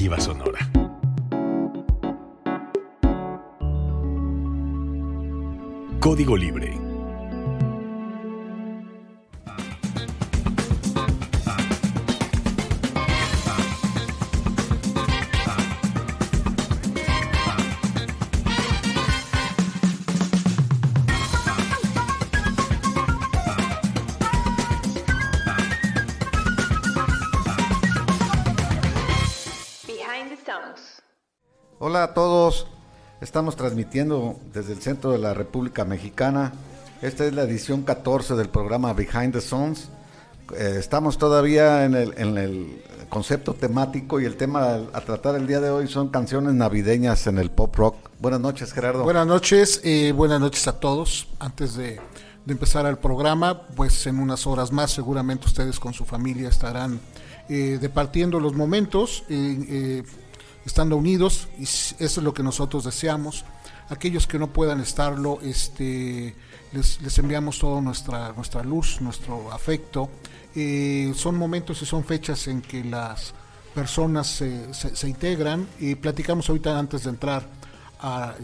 Alternativa Sonora. Código Libre. Hola a todos, estamos transmitiendo desde el centro de la República Mexicana. Esta es la edición 14 del programa Behind the Songs. Estamos todavía en el concepto temático y el tema a tratar el día de hoy son canciones navideñas en el pop rock. Buenas noches, Gerardo. Buenas noches a todos. Antes de empezar el programa, pues en unas horas más seguramente ustedes con su familia estarán departiendo los momentos, estando unidos, y eso es lo que nosotros deseamos. Aquellos que no puedan estarlo, les enviamos toda nuestra luz, nuestro afecto. Son momentos y son fechas en que las personas se integran, y platicamos ahorita antes de entrar a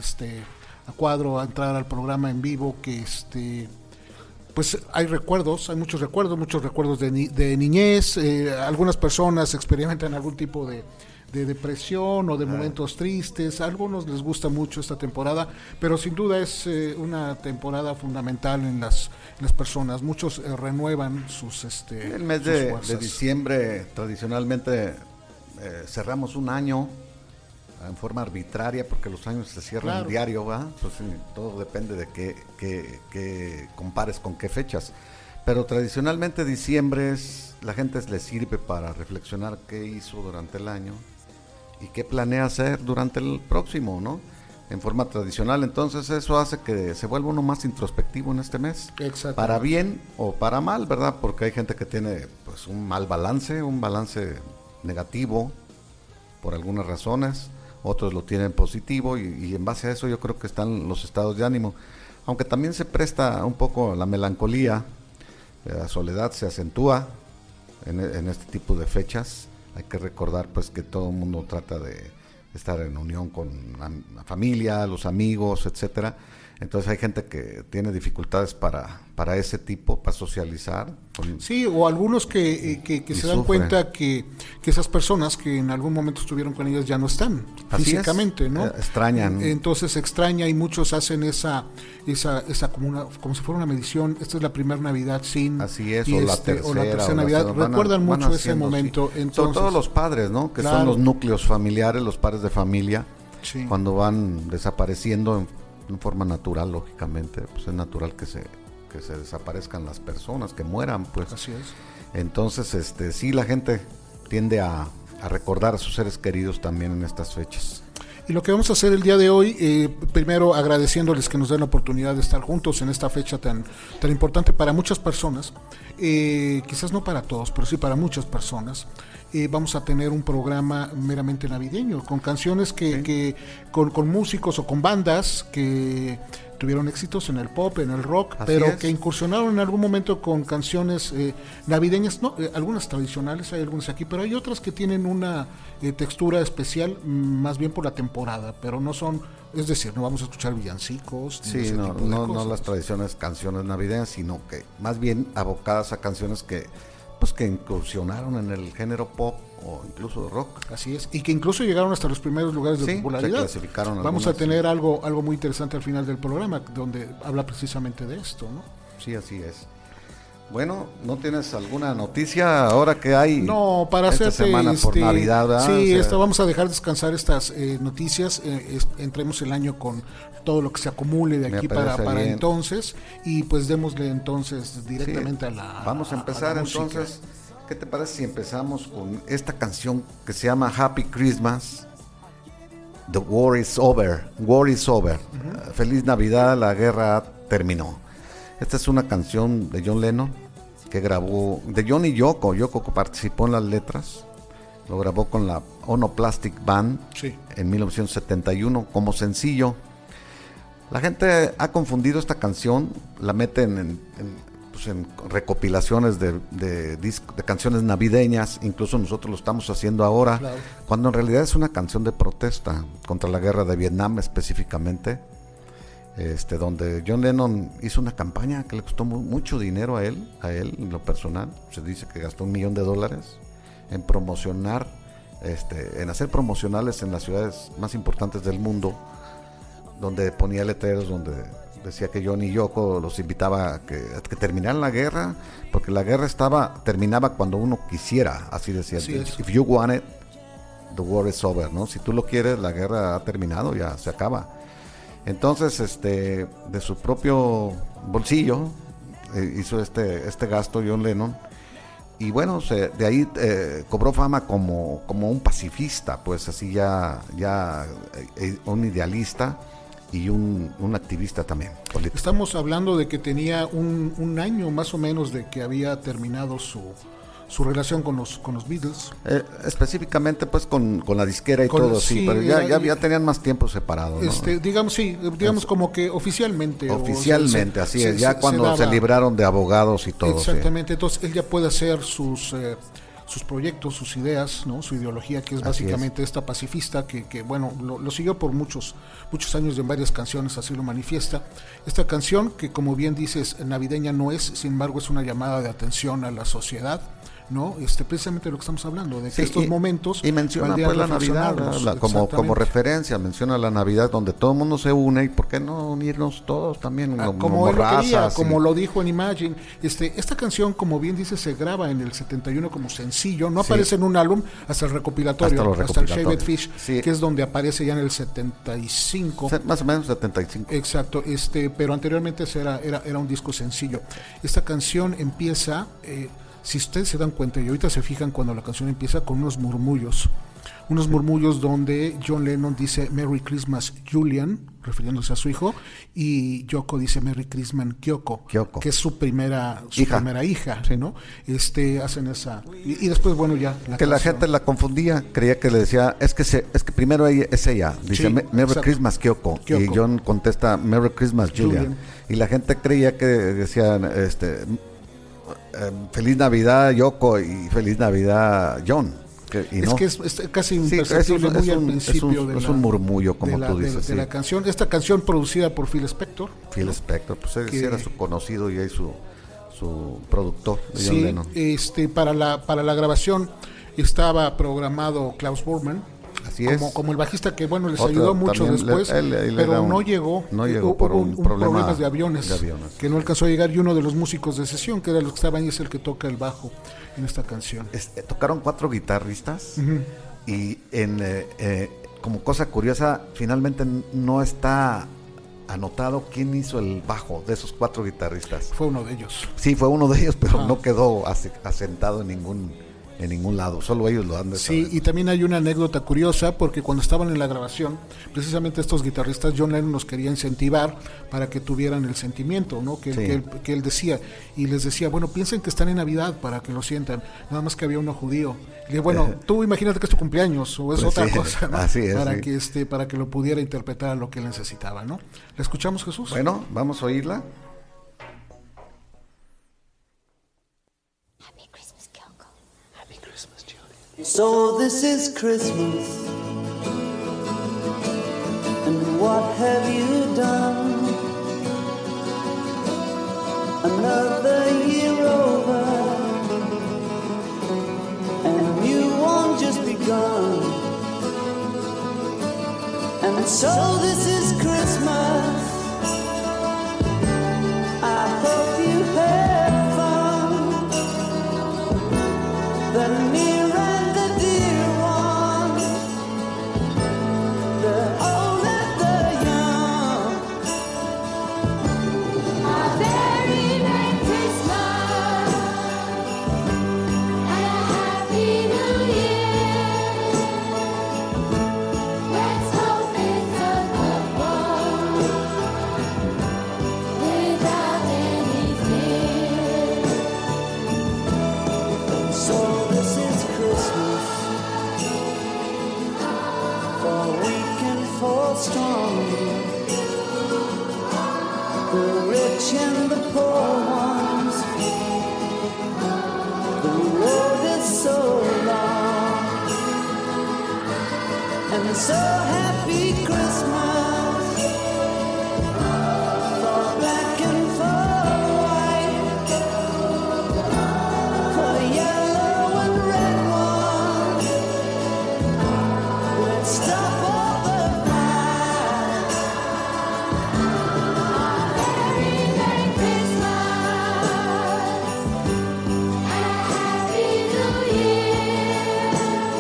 entrar al programa en vivo, que pues hay muchos recuerdos de niñez. Algunas personas experimentan algún tipo de depresión o de momentos tristes. A algunos les gusta mucho esta temporada, pero sin duda es una temporada fundamental en las personas. Muchos renuevan sus el mes de diciembre tradicionalmente cerramos un año en forma arbitraria, porque los años se cierran diario, ¿va? Pues sí, todo depende de qué compares con qué fechas, pero tradicionalmente diciembre la gente le sirve para reflexionar qué hizo durante el año y qué planea hacer durante el próximo, ¿no? En forma tradicional. Entonces eso hace que se vuelva uno más introspectivo en este mes, para bien o para mal, ¿verdad? Porque hay gente que tiene pues un balance negativo por algunas razones, otros lo tienen positivo, y en base a eso yo creo que están los estados de ánimo, aunque también se presta un poco la melancolía, la soledad se acentúa en este tipo de fechas. Hay que recordar pues que todo el mundo trata de estar en unión con la familia, los amigos, etcétera. Entonces hay gente que tiene dificultades para ese tipo, para socializar. Sí, o algunos que se dan cuenta que esas personas que en algún momento estuvieron con ellas ya no están físicamente, ¿no? Extrañan. Entonces extraña, y muchos hacen esa como si fuera una medición. Esta es la primera Navidad sin. Así es, o la tercera Navidad. Recuerdan mucho ese momento. Sí. Entonces, sobre todo los padres, ¿no? Que son los núcleos familiares, los padres de familia, cuando van desapareciendo en forma natural, lógicamente, pues es natural que se desaparezcan las personas, que mueran, pues. Así es. Entonces, sí, la gente tiende a recordar a sus seres queridos también en estas fechas. Y lo que vamos a hacer el día de hoy, primero agradeciéndoles que nos den la oportunidad de estar juntos en esta fecha tan importante para muchas personas, quizás no para todos, pero sí para muchas personas. Vamos a tener un programa meramente navideño, con canciones que con músicos o con bandas que tuvieron éxitos en el pop, en el rock, que incursionaron en algún momento con canciones navideñas, no, algunas tradicionales, hay algunas aquí, pero hay otras que tienen una textura especial, más bien por la temporada, pero no son, es decir, no vamos a escuchar villancicos. Sí, no las tradiciones, canciones navideñas, sino que más bien abocadas a canciones que incursionaron en el género pop o incluso de rock. Así es, y que incluso llegaron hasta los primeros lugares de popularidad. Se clasificaron. Vamos a tener algo muy interesante al final del programa, donde habla precisamente de esto, ¿no? Sí, así es. Bueno, ¿no tienes alguna noticia ahora que hay? No, para esta semana por Navidad, ¿verdad? Sí, vamos a dejar descansar estas noticias. Entremos el año con todo lo que se acumule de aquí para entonces, y pues démosle entonces directamente a la. Vamos a empezar entonces. ¿Qué te parece si empezamos con esta canción que se llama Happy Christmas? The War is Over. War is Over. Uh-huh. Feliz Navidad, la guerra terminó. Esta es una canción de John Lennon que grabó, de John y Yoko. Yoko participó en las letras. Lo grabó con la Ono Plastic Band en 1971 como sencillo. La gente ha confundido esta canción, la meten en recopilaciones de canciones navideñas, incluso nosotros lo estamos haciendo ahora, claro, cuando en realidad es una canción de protesta contra la guerra de Vietnam específicamente, donde John Lennon hizo una campaña que le costó mucho dinero a él en lo personal. Se dice que gastó $1 millón en promocionar, en hacer promocionales en las ciudades más importantes del mundo, donde ponía letreros donde decía que John y Yoko los invitaba a que terminaran la guerra, porque la guerra terminaba cuando uno quisiera, así decía. Sí, if you want it, the war is over, ¿no? Si tú lo quieres, la guerra ha terminado, ya se acaba. Entonces, de su propio bolsillo hizo este gasto John Lennon, y bueno, de ahí cobró fama como un pacifista, pues así ya un idealista y un activista también político. Estamos hablando de que tenía un año más o menos de que había terminado su relación con los Beatles. Específicamente pues con la disquera y todo, sí, pero ya tenían más tiempo separados, ¿no? Digamos como que oficialmente. Oficialmente, así es, ya cuando se libraron de abogados y todo. Exactamente, sí. Entonces él ya puede hacer sus proyectos, sus ideas, ¿no? Su ideología, que es básicamente esta pacifista, que bueno, lo siguió por muchos años y en varias canciones así lo manifiesta. Esta canción, que como bien dices, navideña no es, sin embargo es una llamada de atención a la sociedad, ¿no? Precisamente lo que estamos hablando, de que estos momentos... Y menciona pues la Navidad, como referencia, menciona la Navidad donde todo el mundo se une, y ¿por qué no unirnos todos también? Como él lo quería, como lo dijo en Imagine. Esta canción, como bien dice, se graba en el 71 como sencillo, no aparece en un álbum hasta el recopilatorio, hasta el Shaved Fish, que es donde aparece ya en el 75. Más o menos 75. Exacto, pero anteriormente era un disco sencillo. Esta canción empieza... si ustedes se dan cuenta y ahorita se fijan cuando la canción empieza con unos murmullos donde John Lennon dice Merry Christmas Julian, refiriéndose a su hijo, y Yoko dice Merry Christmas Kyoko, que es su primera hija, ¿sí? ¿No? Hacen esa y después bueno ya la gente la confundía, creía que le decía es que primero es ella, dice Merry Christmas Kyoko, y John contesta Merry Christmas Julian. Y la gente creía que decían Feliz Navidad Yoko y Feliz Navidad John. Es casi imperceptible muy al principio. Es un murmullo, como tú dices. De la canción. Esta canción producida por Phil Spector. Phil Spector, pues ese era su conocido y ahí su productor de John Lennon. Para la grabación estaba programado Klaus Bormann. Así es. Como el bajista que bueno les ayudó mucho después, pero no llegó por un problemas de aviones, que no alcanzó a llegar, y uno de los músicos de sesión, que era los que estaban ahí, es el que toca el bajo en esta canción. Tocaron 4 guitarristas, y como cosa curiosa, finalmente no está anotado quién hizo el bajo de esos 4 guitarristas. Fue uno de ellos. Sí, fue uno de ellos, pero no quedó asentado en ningún lado, solo ellos lo han de saber. Sí, y también hay una anécdota curiosa, porque cuando estaban en la grabación, precisamente estos guitarristas, John Lennon los quería incentivar para que tuvieran el sentimiento, ¿no? que él decía, y les decía, bueno, piensen que están en Navidad para que lo sientan, nada más que había uno judío. Y le, bueno, tú imagínate que es tu cumpleaños, o es pues otra cosa, ¿no? Así es, para que lo pudiera interpretar a lo que él necesitaba, ¿no? ¿La escuchamos, Jesús? Bueno, vamos a oírla. So this is Christmas, and what have you done? Another year over, and a new one just begun. And so this is Christmas, I hope you had fun. The near and the dear one, the old and the young. A very Merry Christmas. The road is so long, and so happy Christmas for black and for white, for yellow and red one. Let's stop all the fight. Merry Christmas and a Happy New Year.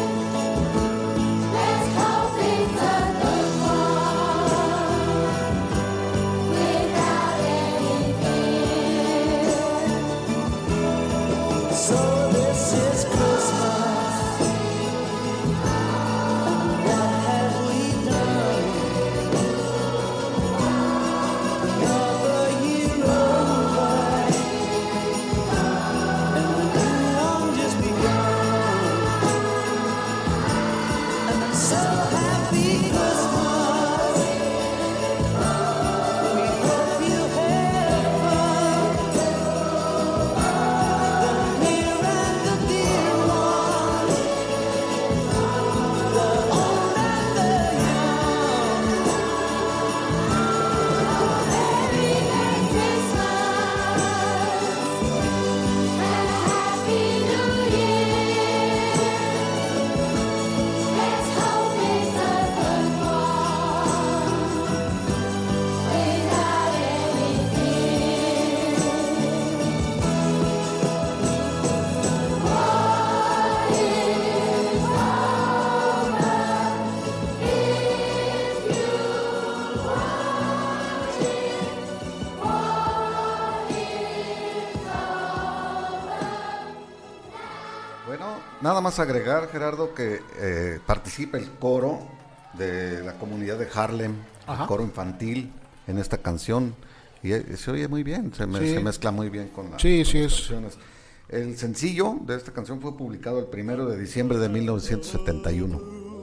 Let's hope it's a good one without any fear. So this is Christmas, and what have we done? Another year over, and the new one just begun. And I'm so happy Christmas. We hope you have fun. The near and the dear one, the old and the young. Merry Christmas and a Happy New Year. Let's hope it's a good one without any fear. What is Bueno, nada más agregar, Gerardo, que participa el coro de la comunidad de Harlem, Ajá. el coro infantil en esta canción, y se oye muy bien, se mezcla muy bien con las canciones. El sencillo de esta canción fue publicado el 1 de diciembre de 1971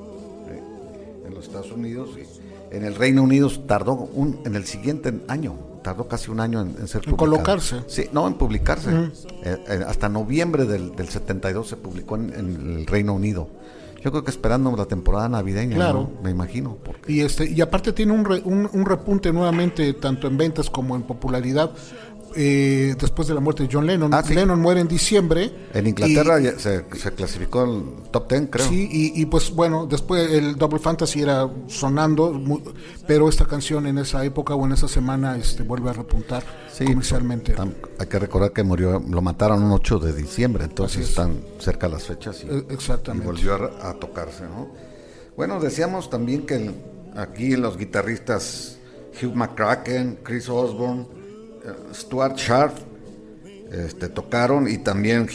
en los Estados Unidos, y en el Reino Unido tardó en el siguiente año, tardó casi un año en ser publicado. colocarse. Sí, no, en publicarse. Hasta noviembre del 72 se publicó en el Reino Unido. Yo creo que esperando la temporada navideña, Claro. ¿no? Me imagino. Porque... Y aparte tiene un repunte nuevamente tanto en ventas como en popularidad después de la muerte de John Lennon. Ah, sí. Lennon muere en diciembre. En Inglaterra se clasificó el top 10, creo. Sí, y pues bueno, después el Double Fantasy era sonando, pero esta canción en esa época o en esa semana vuelve a repuntar comercialmente. Hay que recordar que murió, lo mataron un 8 de diciembre, entonces están cerca las fechas y Exactamente. volvió a tocarse, ¿no? Bueno, decíamos también que aquí los guitarristas Hugh McCracken, Chris Osborne, Stuart Sharp tocaron, y también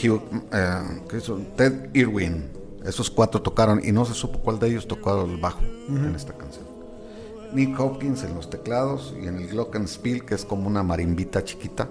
Ted Irwin. Esos cuatro tocaron y no se supo cuál de ellos tocó el bajo en esta canción. Nick Hopkins en los teclados y en el glockenspiel, que es como una marimbita chiquita,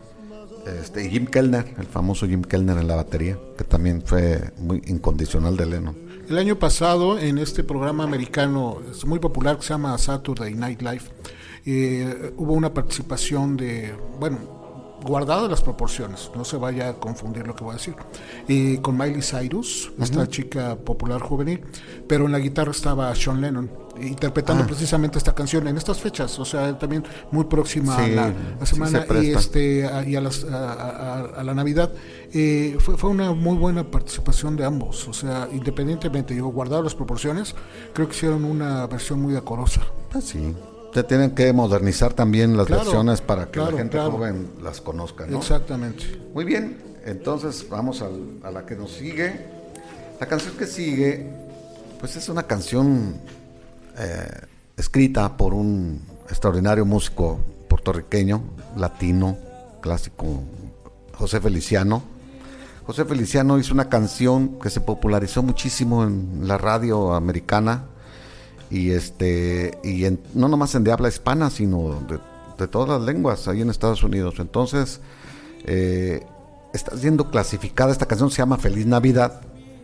y Jim Kellner, el famoso Jim Kellner en la batería, que también fue muy incondicional de Lennon. El año pasado, en este programa americano muy popular que se llama Saturday Night Live, hubo una participación guardada las proporciones, no se vaya a confundir lo que voy a decir, con Miley Cyrus, esta chica popular juvenil, pero en la guitarra estaba Sean Lennon interpretando precisamente esta canción en estas fechas, o sea, también muy próxima a la semana y a la Navidad. Fue una muy buena participación de ambos, o sea, independientemente, guardado las proporciones, creo que hicieron una versión muy decorosa. Sí. Se tienen que modernizar también las versiones para que la gente joven las conozca, ¿no? Exactamente. Muy bien, entonces vamos a la que nos sigue. La canción que sigue, pues es una canción escrita por un extraordinario músico puertorriqueño, latino, clásico, José Feliciano. José Feliciano hizo una canción que se popularizó muchísimo en la radio americana, y no nomás en de habla hispana, sino de todas las lenguas ahí en Estados Unidos. Entonces está siendo clasificada, esta canción se llama Feliz Navidad,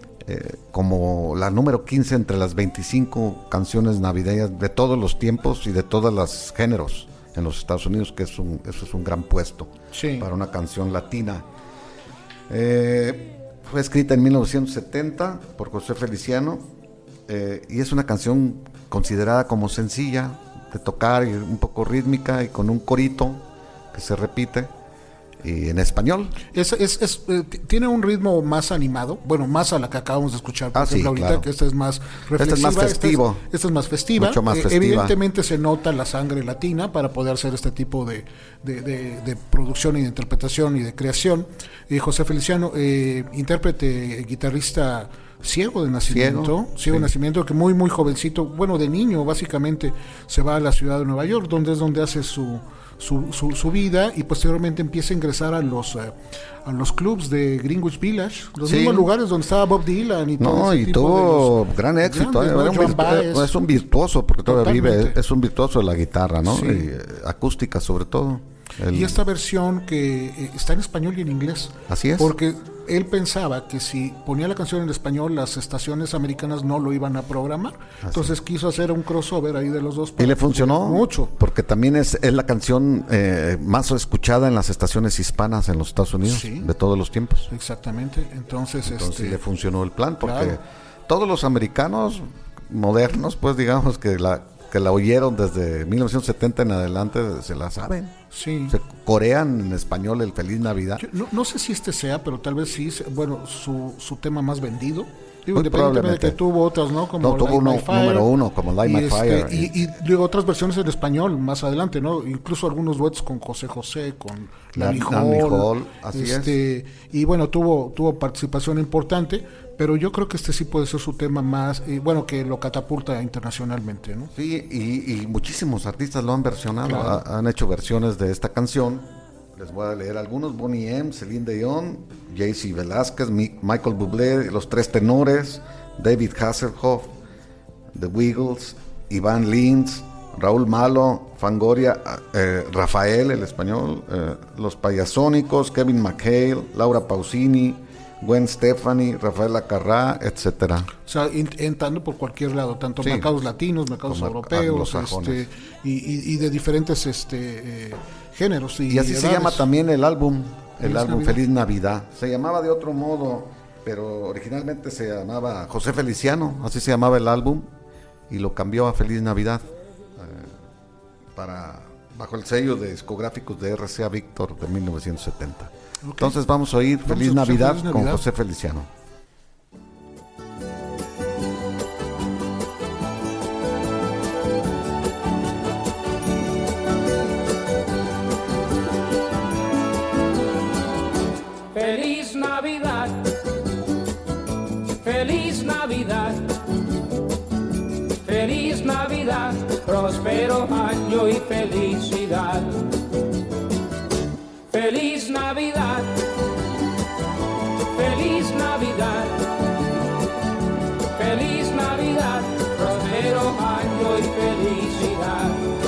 como la número 15 entre las 25 canciones navideñas de todos los tiempos y de todos los géneros en los Estados Unidos, que eso es un gran puesto para una canción latina. Fue escrita en 1970 por José Feliciano y es una canción considerada como sencilla de tocar y un poco rítmica y con un corito que se repite y en español. Tiene un ritmo más animado, bueno, más a la que acabamos de escuchar, por ejemplo, sí, ahorita, claro. que esta es más reflexiva. Este es más festivo. Esta es más festiva. Mucho más festiva. Evidentemente se nota la sangre latina para poder hacer este tipo de producción y de interpretación y de creación. José Feliciano, intérprete, guitarrista ciego de nacimiento, ciego de nacimiento, que muy jovencito, bueno, de niño básicamente se va a la ciudad de Nueva York, donde hace su vida, y posteriormente empieza a ingresar a los clubs de Greenwich Village, los mismos lugares donde estaba Bob Dylan y todo ese tipo tuvo gran éxito, ¿no? es un virtuoso, porque todavía Totalmente. vive, es un virtuoso de la guitarra, ¿no? Sí. Y, acústica sobre todo. Y esta versión que está en español y en inglés. Así es. Porque él pensaba que si ponía la canción en español, las estaciones americanas no lo iban a programar. Entonces quiso hacer un crossover ahí de los dos. Y le funcionó mucho. Porque también es la canción más escuchada en las estaciones hispanas en los Estados Unidos, de todos los tiempos. Exactamente. Entonces le funcionó el plan, porque claro, todos los americanos modernos, pues digamos que la oyeron desde 1970 en adelante, se la saben. Sí. Se corean en español el Feliz Navidad. Yo no sé si este sea, pero tal vez sí, bueno, su tema más vendido. Digo, Muy independientemente de que tuvo otras, ¿no? Como tuvo Light My Fire, número uno, como Light My Fire. Y luego otras versiones en español más adelante, ¿no? Incluso algunos duetos con José José, con Lani Hall. Así es. Y bueno, tuvo participación importante, pero yo creo que este sí puede ser su tema más, bueno, que lo catapulta internacionalmente, ¿no? Sí, y muchísimos artistas lo han versionado, Claro. han hecho versiones de esta canción. Les voy a leer algunos: Bonnie M, Celine Dion, J.C. Velázquez, Michael Bublé, Los Tres Tenores, David Hasselhoff, The Wiggles, Iván Lins, Raúl Malo, Fangoria, Rafael, el español, Los Payasónicos, Kevin McHale, Laura Pausini, Gwen Stefani, Rafael Acarrá, etcétera. O sea, entrando por cualquier lado, tanto mercados latinos, mercados europeos, y de diferentes géneros. Y así se llama también el álbum, Navidad. Feliz Navidad. Se llamaba de otro modo, pero originalmente se llamaba José Feliciano, así se llamaba el álbum, y lo cambió a Feliz Navidad, bajo el sello de discográficos de RCA Víctor de 1970. Okay. Entonces vamos a oír Feliz Navidad con José Feliciano. Feliz Navidad, feliz Navidad, feliz Navidad, próspero año y felicidad. Feliz Navidad, feliz Navidad, feliz Navidad, próspero año y felicidad.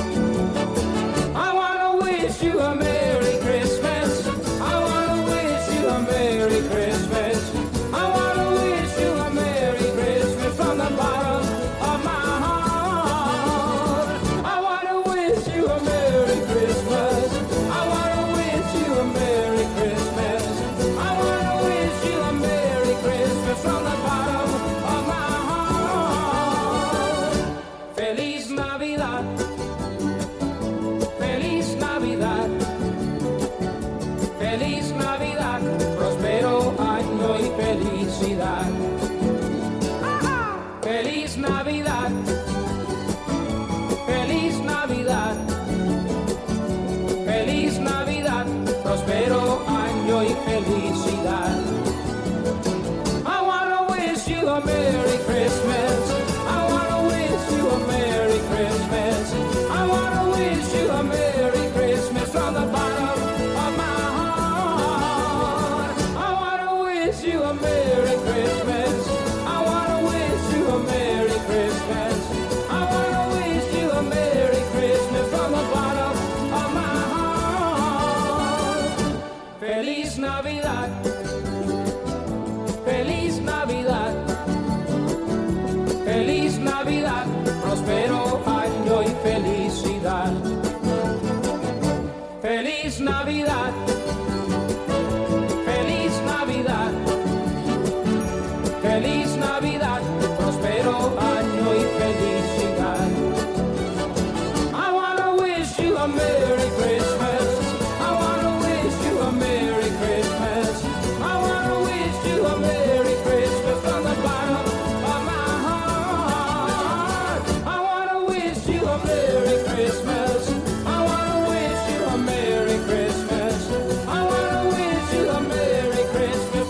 I wanna wish you a Merry Christmas. I wanna wish you a Merry Christmas. I wanna wish you a Merry Christmas from the bottom of my heart. I wanna wish you a Merry Christmas. I wanna wish you a Merry Christmas. I wanna wish you a Merry Christmas from the bottom of my heart. Feliz Navidad. Feliz Navidad. Feliz Navidad, próspero año y felicidad. Feliz Navidad, feliz Navidad, feliz Navidad, próspero año y felicidad. I wanna wish you a Merry Christmas. I wanna wish you a Merry Christmas. I wanna wish you a Merry Christmas from the bottom of my heart. I wanna wish you a Merry Christmas. I wanna wish you a Merry Christmas. I wanna wish you a Merry Christmas from the bottom of my heart. Feliz Navidad.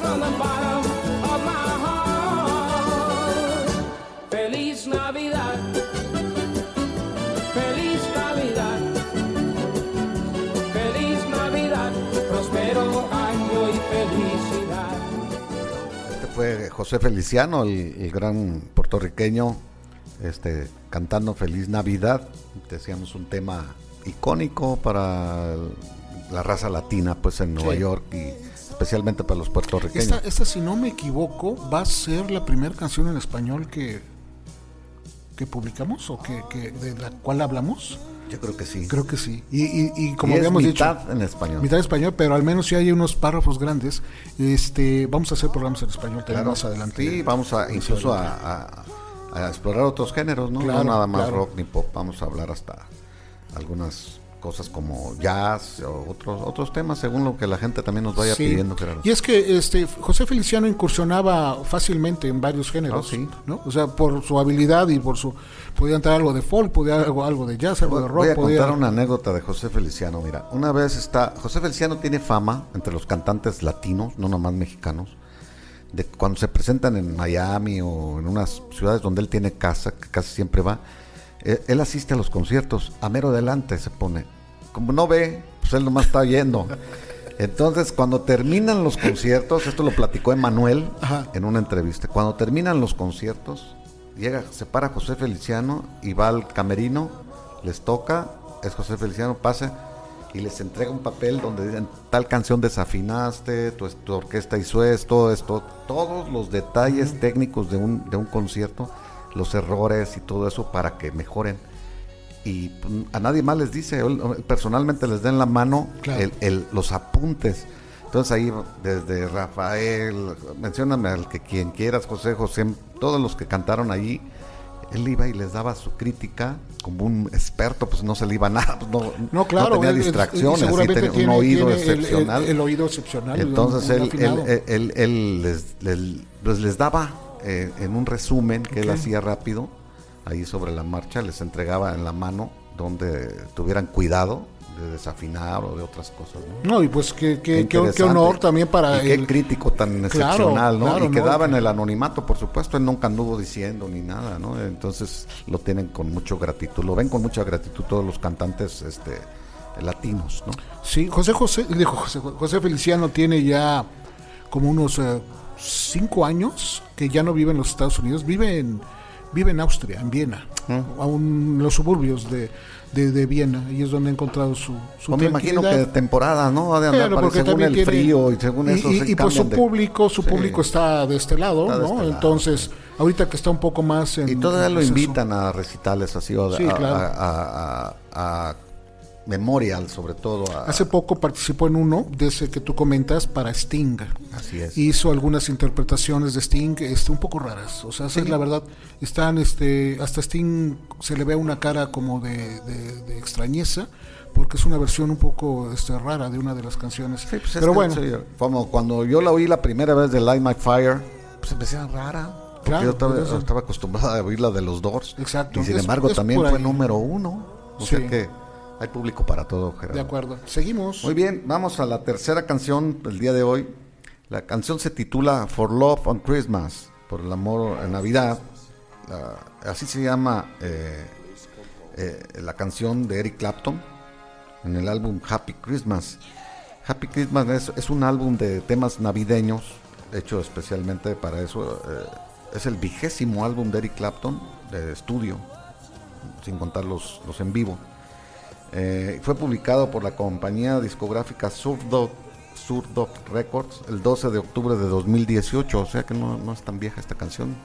from the bottom of my heart. Feliz Navidad, Feliz Navidad, Feliz Navidad, próspero año y felicidad. Este fue José Feliciano, el gran puertorriqueño, cantando Feliz Navidad. Decíamos un tema icónico para la raza latina, pues en Nueva York y especialmente para los puertorriqueños. Esta, si no me equivoco, va a ser la primera canción en español que publicamos o que de la cual hablamos. Yo creo que sí. Creo que sí. Y como y habíamos mitad dicho, en español. Mitad en español, pero al menos si hay unos párrafos grandes. Vamos a hacer programas en español también más adelante. Sí, vamos a incluso a explorar otros géneros, ¿no? Claro, no nada más claro. rock ni pop. Vamos a hablar hasta algunas cosas como jazz o otros temas según lo que la gente también nos vaya pidiendo, Gerardo. Y es que José Feliciano incursionaba fácilmente en varios géneros, sí. ¿no? O sea, por su habilidad y podía entrar algo de folk, podía algo de jazz, algo de rock. Voy a contar una anécdota de José Feliciano. Mira, una vez José Feliciano tiene fama entre los cantantes latinos, no nomás mexicanos, de cuando se presentan en Miami o en unas ciudades donde él tiene casa, que casi siempre va. Él asiste a los conciertos, a mero adelante se pone. Como no ve, pues él nomás está yendo. Entonces, cuando terminan los conciertos, esto lo platicó Emanuel en una entrevista, cuando terminan los conciertos, se para José Feliciano y va al camerino, les toca, es José Feliciano, pasa y les entrega un papel donde dicen, tal canción desafinaste, tu orquesta hizo esto, todos los detalles técnicos de un concierto, los errores y todo eso para que mejoren. Y a nadie más les dice, él personalmente les den la mano, claro, los apuntes. Entonces ahí desde Rafael, mencióname al que quien quieras, José, todos los que cantaron allí, él iba y les daba su crítica como un experto, pues no se le iba nada, pues no, claro, no tenía distracciones, seguramente tenía un oído excepcional. El oído excepcional. Entonces él les daba en un resumen que él hacía rápido, ahí sobre la marcha, les entregaba en la mano donde tuvieran cuidado de desafinar o de otras cosas, ¿no? Y pues qué honor también para él. Qué crítico tan excepcional, ¿no? Claro, y quedaba en el anonimato, por supuesto, él nunca anduvo diciendo ni nada, ¿no? Entonces lo tienen con mucha gratitud, lo ven con mucha gratitud todos los cantantes latinos, ¿no? Sí, José Feliciano tiene ya como unos 5 años que ya no vive en los Estados Unidos, vive en Austria, en Viena, aún en los suburbios de Viena, y es donde ha encontrado su me imagino que de temporada, ¿no? Ha de andar según el frío y según eso. Y pues su público está de este lado, ¿no? Este entonces, ahorita que está un poco más en... Y todavía lo invitan a recitales así, a Memorial, sobre todo. Hace poco participó en uno de ese que tú comentas para Sting. Así es. Hizo algunas interpretaciones de Sting un poco raras. O sea, la verdad, están hasta Sting se le ve una cara como de extrañeza, porque es una versión un poco rara de una de las canciones. Sí, pues pero bueno. Como cuando yo la oí la primera vez de Light My Fire, pues me decía rara. Porque yo estaba acostumbrada a oírla de los Doors. Exacto. Y sin embargo también fue número 1. O sea que hay público para todo, Gerardo. De acuerdo. Seguimos. Muy bien, vamos a la tercera canción del día de hoy. La canción se titula For Love on Christmas, por el amor en Navidad. Así se llama la canción de Eric Clapton en el álbum Happy Christmas. Happy Christmas es un álbum de temas navideños, hecho especialmente para eso. Es el 20º álbum de Eric Clapton de estudio, sin contar los en vivo. Fue publicado por la compañía discográfica Surf Dog Records el 12 de octubre de 2018, o sea que no es tan vieja esta canción.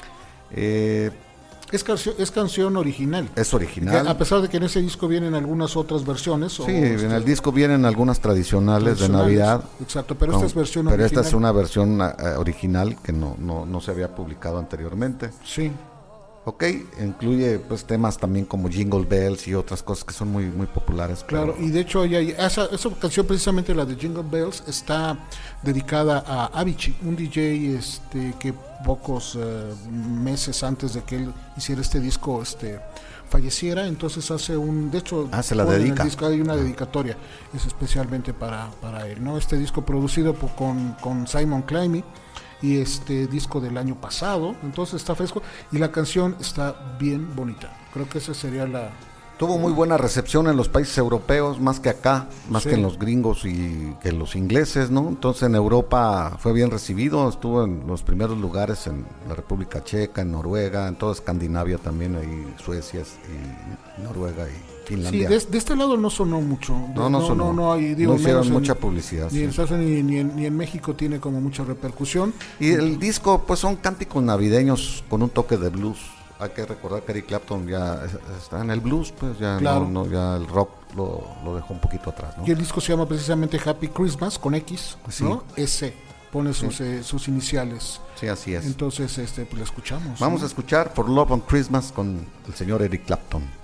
Es canción original. Es original. A pesar de que en ese disco vienen algunas otras versiones. Sí, en el disco vienen algunas tradicionales de Navidad. Exacto, pero esta es versión original. Pero esta es una versión original que no se había publicado anteriormente. Sí. Ok, incluye pues temas también como Jingle Bells y otras cosas que son muy muy populares. Claro, y de hecho esa canción, precisamente la de Jingle Bells, está dedicada a Avicii, un DJ que pocos meses antes de que él hiciera este disco falleciera, entonces hace de hecho se la en el dedica. disco hay una dedicatoria, es especialmente para él, ¿no? Este disco producido con Simon Climie, y este disco del año pasado, entonces está fresco y la canción está bien bonita. Creo que esa sería Tuvo muy buena recepción en los países europeos, más que acá, más que en los gringos y que en los ingleses, ¿no? Entonces en Europa fue bien recibido, estuvo en los primeros lugares en la República Checa, en Noruega, en toda Escandinavia también, ahí Suecia y Noruega y Finlandia. Sí, de este lado no sonó mucho. No sonó. No Hicieron mucha publicidad. Ni en Estados Unidos ni en México tiene como mucha repercusión. Y el disco, pues son cánticos navideños con un toque de blues. Hay que recordar que Eric Clapton ya está en el blues, pues ya claro. ya el rock lo dejó un poquito atrás, ¿no? Y el disco se llama precisamente Happy Christmas con X, sí. ¿no? S, pone sus iniciales. Sí, así es. Entonces, pues lo escuchamos. Vamos a escuchar For Love on Christmas con el señor Eric Clapton.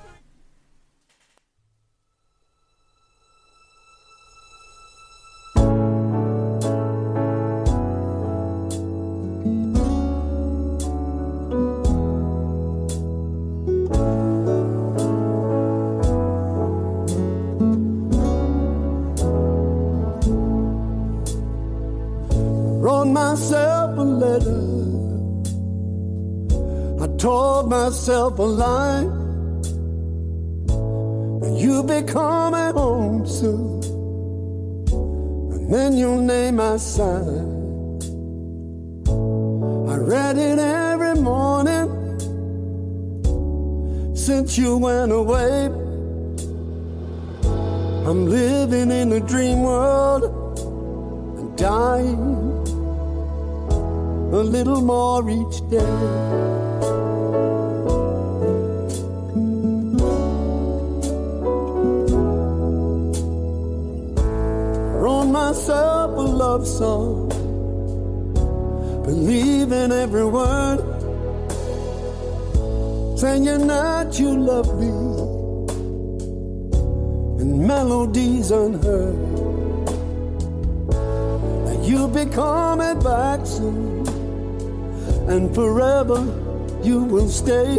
Wrote myself a letter. I told myself a lie. You'll be coming home soon, and then you'll name my sign. I read it every morning since you went away. I'm living in a dream world and dying a little more each day. Wrote myself a love song, believe in every word, saying that you love me, and melodies unheard, that you'll be coming back soon, and forever you will stay.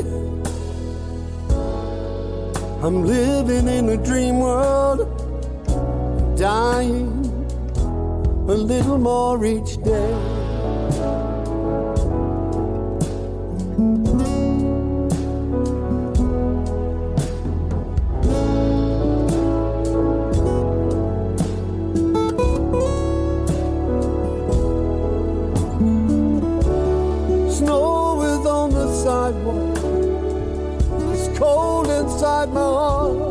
I'm living in a dream world, dying a little more each day. Snow is on the sidewalk, it's cold inside my heart.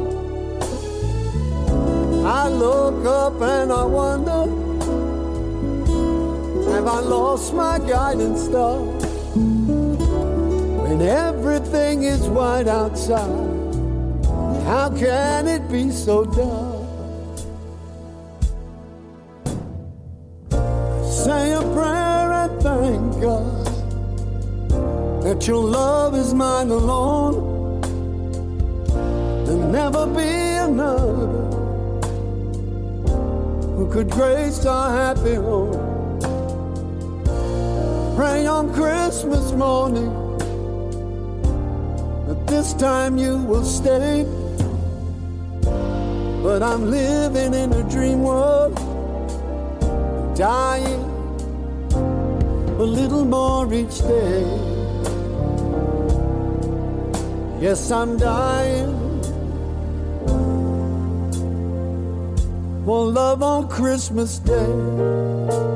I look up and I wonder, have I lost my guiding star? When everything is white outside, how can it be so dark? Say a prayer and thank God that your love is mine alone. There'll never be another who could grace our happy home. Pray on Christmas morning that this time you will stay. But I'm living in a dream world, dying a little more each day. Yes, I'm dying for love on Christmas Day.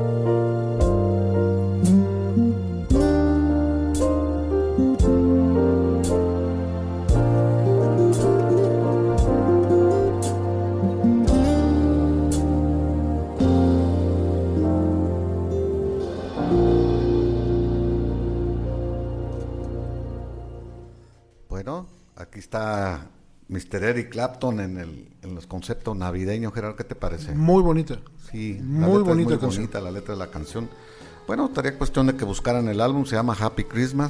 Bueno, aquí está Mr. Eric Clapton en los conceptos navideños. Gerardo, ¿qué te parece? Muy bonita. Sí, muy bonita bonita la letra de la canción. Bueno, estaría cuestión de que buscaran el álbum, se llama Happy Christmas,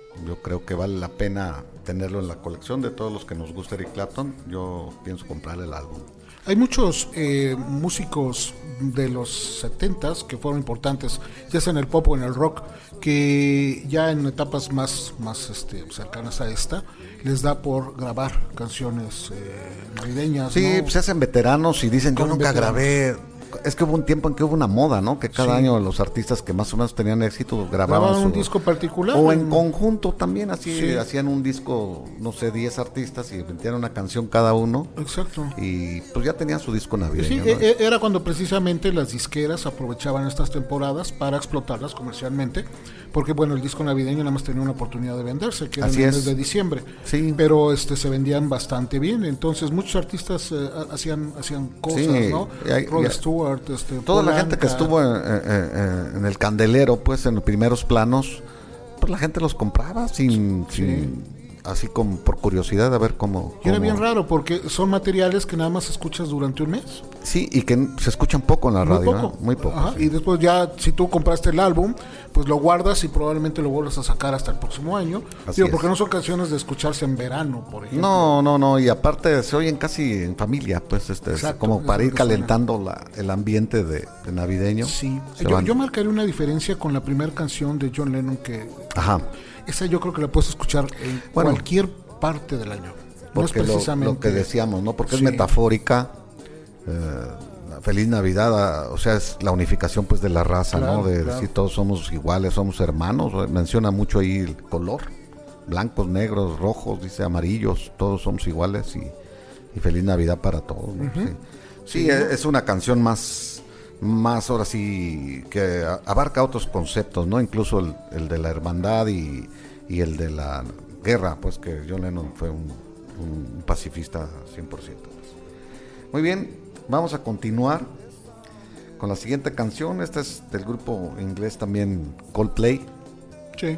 yo creo que vale la pena tenerlo en la colección. De todos los que nos gusta Eric Clapton, yo pienso comprar el álbum. Hay muchos músicos de los 70s que fueron importantes, ya sea en el pop o en el rock, que ya en etapas más cercanas a esta, les da por grabar canciones navideñas. Sí, ¿no? pues se hacen veteranos y dicen, yo Con nunca veteranos. grabé. Es que hubo un tiempo en que hubo una moda, ¿no? Que cada año los artistas que más o menos tenían éxito grababan un disco particular. O en conjunto también, así Sí. hacían un disco, no sé, 10 artistas y metían una canción cada uno. Exacto. Y pues ya tenían su disco Sí, navideño, ¿no? era cuando precisamente las disqueras aprovechaban estas temporadas para explotarlas comercialmente, porque bueno, el disco navideño nada más tenía una oportunidad de venderse, que era en Así el es. mes de diciembre, Sí. pero se vendían bastante bien, entonces muchos artistas hacían cosas, Sí, ¿no? y Rod ya- Stewart, Toda la gente que Polanca. estuvo en el candelero, pues en los primeros planos, pues la gente los compraba sin así como por curiosidad a ver cómo. Y era bien raro porque son materiales que nada más escuchas durante un mes. Sí, y que se escuchan poco en la Muy radio, poco. ¿no? Muy poco. Ajá, Sí. y después ya, si tú compraste el álbum, pues lo guardas y probablemente lo vuelvas a sacar hasta el próximo año. Así Digo, es. porque no son canciones de escucharse en verano, por ejemplo. No, y aparte se oyen casi en familia, pues Exacto, como es para lo ir que suena. calentando el ambiente de navideño. Sí, Se van. yo marcaría una diferencia con la primera canción de John Lennon, que Ajá. esa yo creo que la puedes escuchar en Bueno, cualquier parte del año. No es Porque precisamente lo que decíamos, ¿no? Porque Sí. es metafórica. La Feliz Navidad, o sea, es la unificación pues de la raza, Claro, ¿no? De claro. decir todos somos iguales, somos hermanos. Menciona mucho ahí el color, blancos, negros, rojos, dice amarillos, todos somos iguales y Feliz Navidad para todos, ¿no? Sí, es una canción más ahora sí que abarca otros conceptos, ¿no? Incluso el de la hermandad y el de la guerra, pues que John Lennon fue un pacifista 100%. Pues. Muy bien, vamos a continuar con la siguiente canción. Esta es del grupo inglés también Coldplay, Sí.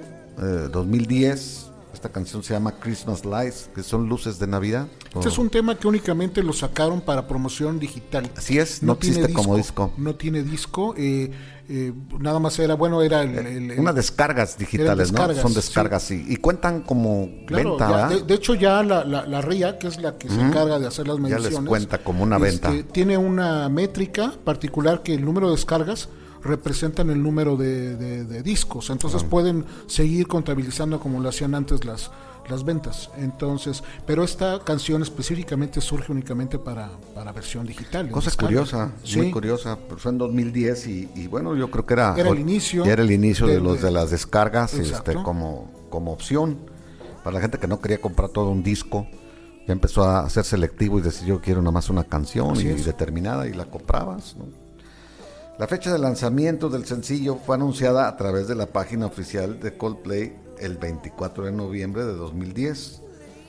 2010. Esta canción se llama Christmas Lights, que son luces de Navidad. Este es un tema que únicamente lo sacaron para promoción digital. Así es, no tiene existe como disco. No tiene disco. Nada más era Unas descargas digitales, eran descargas, ¿no? Son descargas, sí. Y cuentan como Claro, venta, ya, ¿verdad? de hecho ya la RIA, que es la que se encarga de hacer las Ya mediciones, les cuenta como una venta. tiene una métrica particular que el número de descargas representan el número de discos, entonces pueden seguir contabilizando como lo hacían antes las ventas. Entonces, pero esta canción específicamente surge únicamente para versión digital. en Cosa descarga. curiosa, Sí. muy curiosa. Pero fue en 2010 y bueno, yo creo que era el inicio. ya era el inicio de de las descargas, Exacto. como opción para la gente que no quería comprar todo un disco. Ya empezó a ser selectivo y decir yo quiero nada más una canción Así y es. determinada y la comprabas, ¿no? La fecha de lanzamiento del sencillo fue anunciada a través de la página oficial de Coldplay el 24 de noviembre de 2010.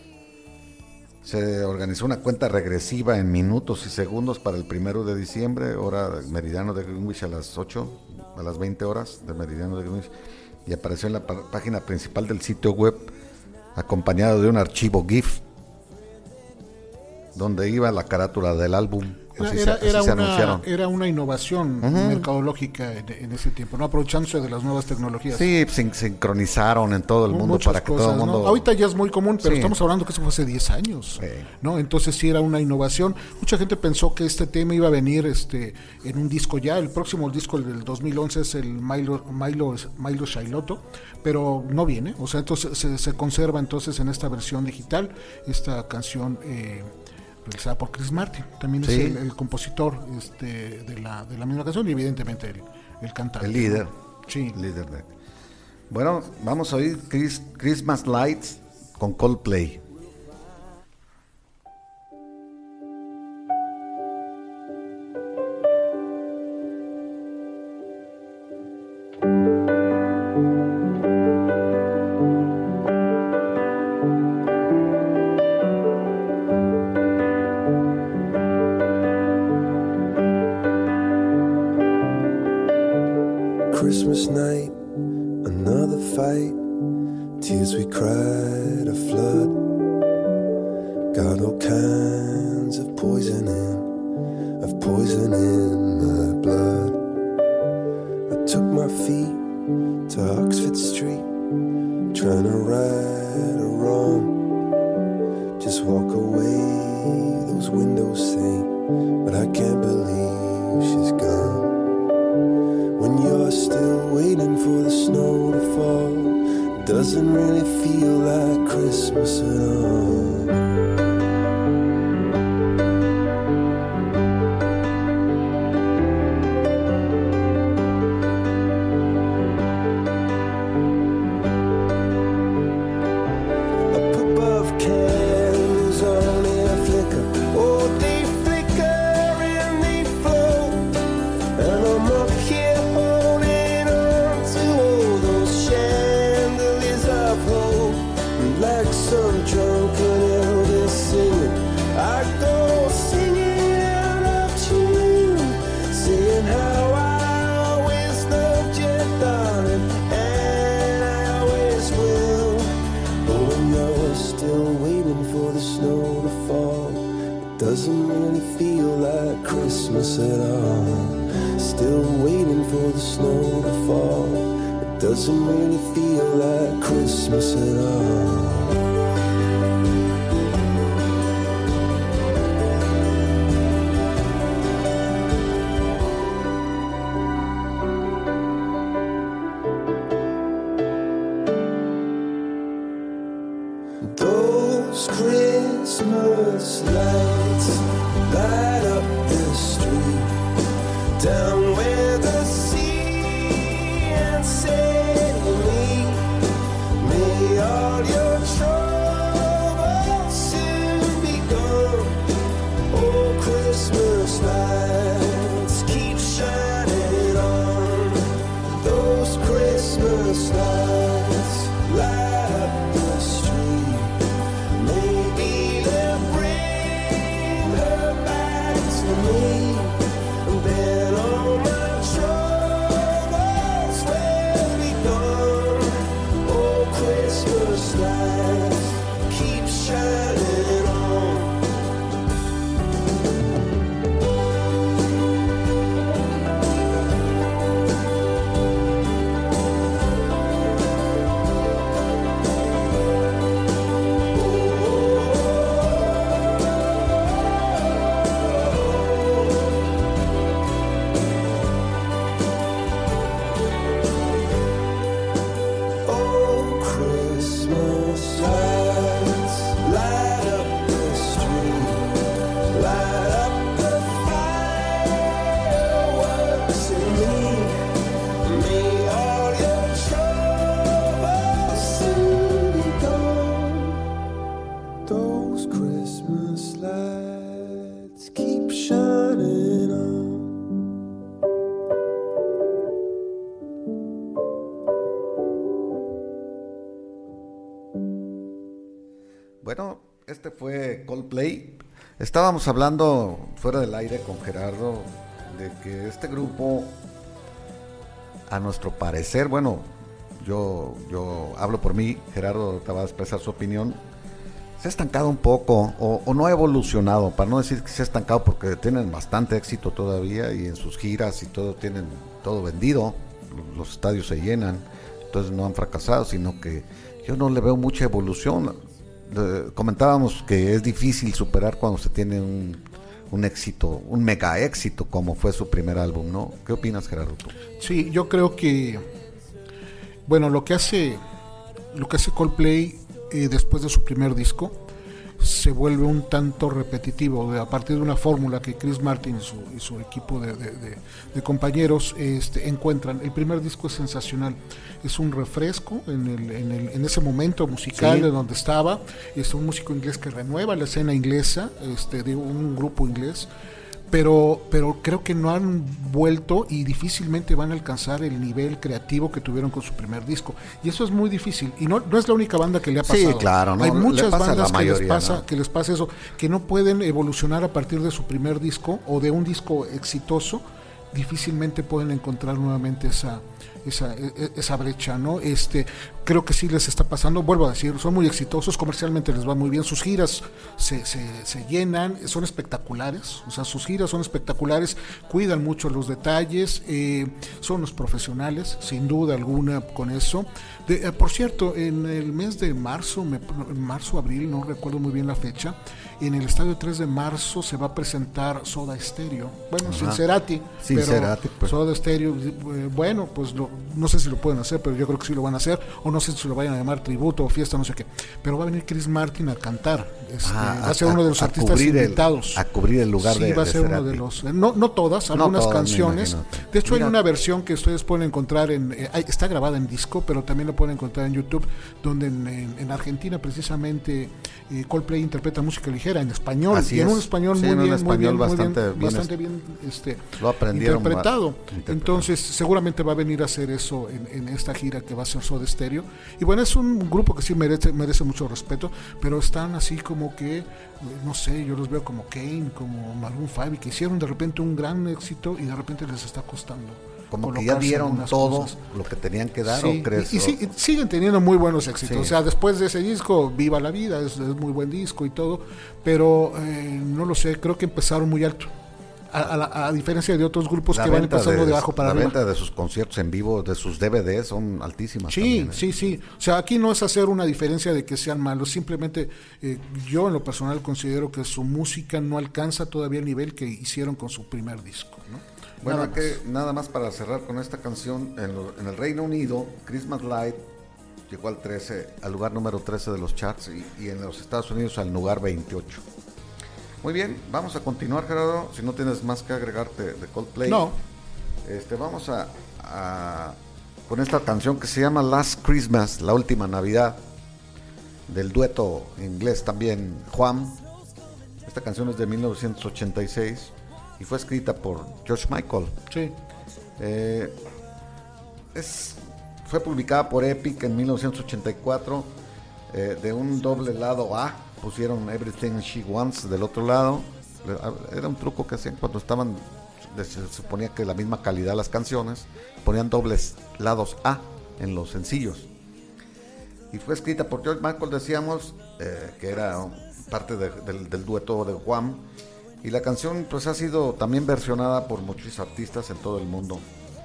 Se organizó una cuenta regresiva en minutos y segundos para el 1 de diciembre, hora meridiano de Greenwich a las 20 horas de meridiano de Greenwich, y apareció en la página principal del sitio web acompañado de un archivo GIF donde iba la carátula del álbum. Así se anunciaron. Era una innovación mercadológica en ese tiempo, no aprovechándose de las nuevas tecnologías. Sí, sincronizaron en todo el mundo Muchas para que cosas, todo el ¿no? mundo... Ahorita ya es muy común, pero Sí. estamos hablando que eso fue hace 10 años, Sí. ¿no? Entonces sí era una innovación. Mucha gente pensó que este tema iba a venir en un disco ya. El próximo disco, el del 2011, es el Milo Shailoto, pero no viene. O sea, entonces se conserva entonces en esta versión digital esta canción realizada por Chris Martin. También Sí. es el compositor de la misma canción y evidentemente el cantante. El líder. Sí. Líder de... Bueno, vamos a oír Christmas Lights con Coldplay. Christmas night, another fight, tears we cried a flood. Got all kinds of poison in my blood. I took my feet to Oxford Street, trying to right a wrong. Just walk away, those windows say, but I can't believe she's gone. When you're still waiting for the snow to fall, it doesn't really feel like Christmas at all. Doesn't really feel like Christmas at all. Still waiting for the snow to fall. It doesn't really feel like Christmas at all. Those Christmas lights light up the street down where the sea and say to me, may all your troubles soon be gone. Oh, Christmas lights keep shining on. Those Christmas lights light up the street. Maybe they'll bring her back to me, and then all my troubles will be gone. Oh, Christmas lights keep shining on. Oh, Christmas lights light up the street, light up the fireworks in me. May all your troubles soon be gone. Those Christmas lights keep shining on. Bueno, este fue Coldplay. Estábamos hablando fuera del aire con Gerardo de que este grupo, a nuestro parecer, bueno, yo hablo por mí, Gerardo te va a expresar su opinión, se ha estancado un poco o no ha evolucionado, para no decir que se ha estancado porque tienen bastante éxito todavía y en sus giras y todo tienen todo vendido, los estadios se llenan, entonces no han fracasado, sino que yo no le veo mucha evolución. Comentábamos que es difícil superar cuando se tiene un éxito, un mega éxito como fue su primer álbum, ¿no? ¿Qué opinas, Gerardo, tú? Sí, yo creo que, bueno, lo que hace Coldplay después de su primer disco se vuelve un tanto repetitivo, a partir de una fórmula que Chris Martin y su equipo de compañeros encuentran. El primer disco es sensacional, es un refresco en ese momento musical, sí, de donde estaba. Es un músico inglés que renueva la escena inglesa, de un grupo inglés, pero creo que no han vuelto y difícilmente van a alcanzar el nivel creativo que tuvieron con su primer disco, y eso es muy difícil, y no es la única banda que le ha pasado. Sí, claro, ¿no? Hay muchas bandas mayoría, que les pasa eso, que no pueden evolucionar a partir de su primer disco o de un disco exitoso, difícilmente pueden encontrar nuevamente esa brecha, ¿no? Creo que sí les está pasando, vuelvo a decir, son muy exitosos, comercialmente les va muy bien, sus giras se llenan, son espectaculares, o sea, sus giras son espectaculares, cuidan mucho los detalles, son los profesionales, sin duda alguna con eso. Por cierto, en el mes de marzo, abril, no recuerdo muy bien la fecha, en el estadio 3 de marzo se va a presentar Soda Stereo, bueno, sin Cerati, pues. Soda Stereo, bueno, pues no sé si lo pueden hacer, pero yo creo que sí lo van a hacer, o no sé si lo vayan a llamar tributo o fiesta, no sé qué, pero va a venir Chris Martin a cantar, va a ser uno de los artistas invitados. A cubrir el lugar de va a ser Cerati. Uno de los, no todas, algunas canciones, de hecho hay una versión que ustedes pueden encontrar está grabada en disco, pero también la pueden encontrar en YouTube, donde en Argentina precisamente Coldplay interpreta música ligera en español. Así y en es. un español sí, muy bien, bastante bien lo aprendieron interpretado. Entonces seguramente va a venir a hacer eso en esta gira que va a ser Soda Stereo. Y bueno, es un grupo que sí merece mucho respeto, pero están así como que, no sé, yo los veo como Kane, como Maroon 5, que hicieron de repente un gran éxito y de repente les está costando. Como que ya dieron todo cosas. Lo que tenían que dar, sí, ¿o crees? Y siguen teniendo muy buenos éxitos. Sí. O sea, después de ese disco, Viva la Vida, es muy buen disco y todo, pero no lo sé, creo que empezaron muy alto. A diferencia de otros grupos que van empezando de abajo para arriba. La venta de sus conciertos en vivo, de sus DVDs, son altísimas. Sí, también, sí. O sea, aquí no es hacer una diferencia de que sean malos, simplemente yo en lo personal considero que su música no alcanza todavía el nivel que hicieron con su primer disco, ¿no? Bueno, nada más para cerrar con esta canción, en el Reino Unido, Christmas Light llegó al lugar número 13 de los charts y en los Estados Unidos al lugar 28. Muy bien, vamos a continuar, Gerardo, si no tienes más que agregarte de Coldplay. No. Vamos con esta canción que se llama Last Christmas, la última Navidad, del dueto inglés también, Juan. Esta canción es de 1986 y fue escrita por George Michael. Sí. Fue publicada por Epic en 1984, de un doble lado A. Pusieron Everything She Wants del otro lado. Era un truco que hacían cuando se suponía que la misma calidad las canciones, ponían dobles lados A en los sencillos. Y fue escrita por George Michael, decíamos, que era parte del dueto de Juan. Y la canción pues ha sido también versionada por muchos artistas en todo el mundo.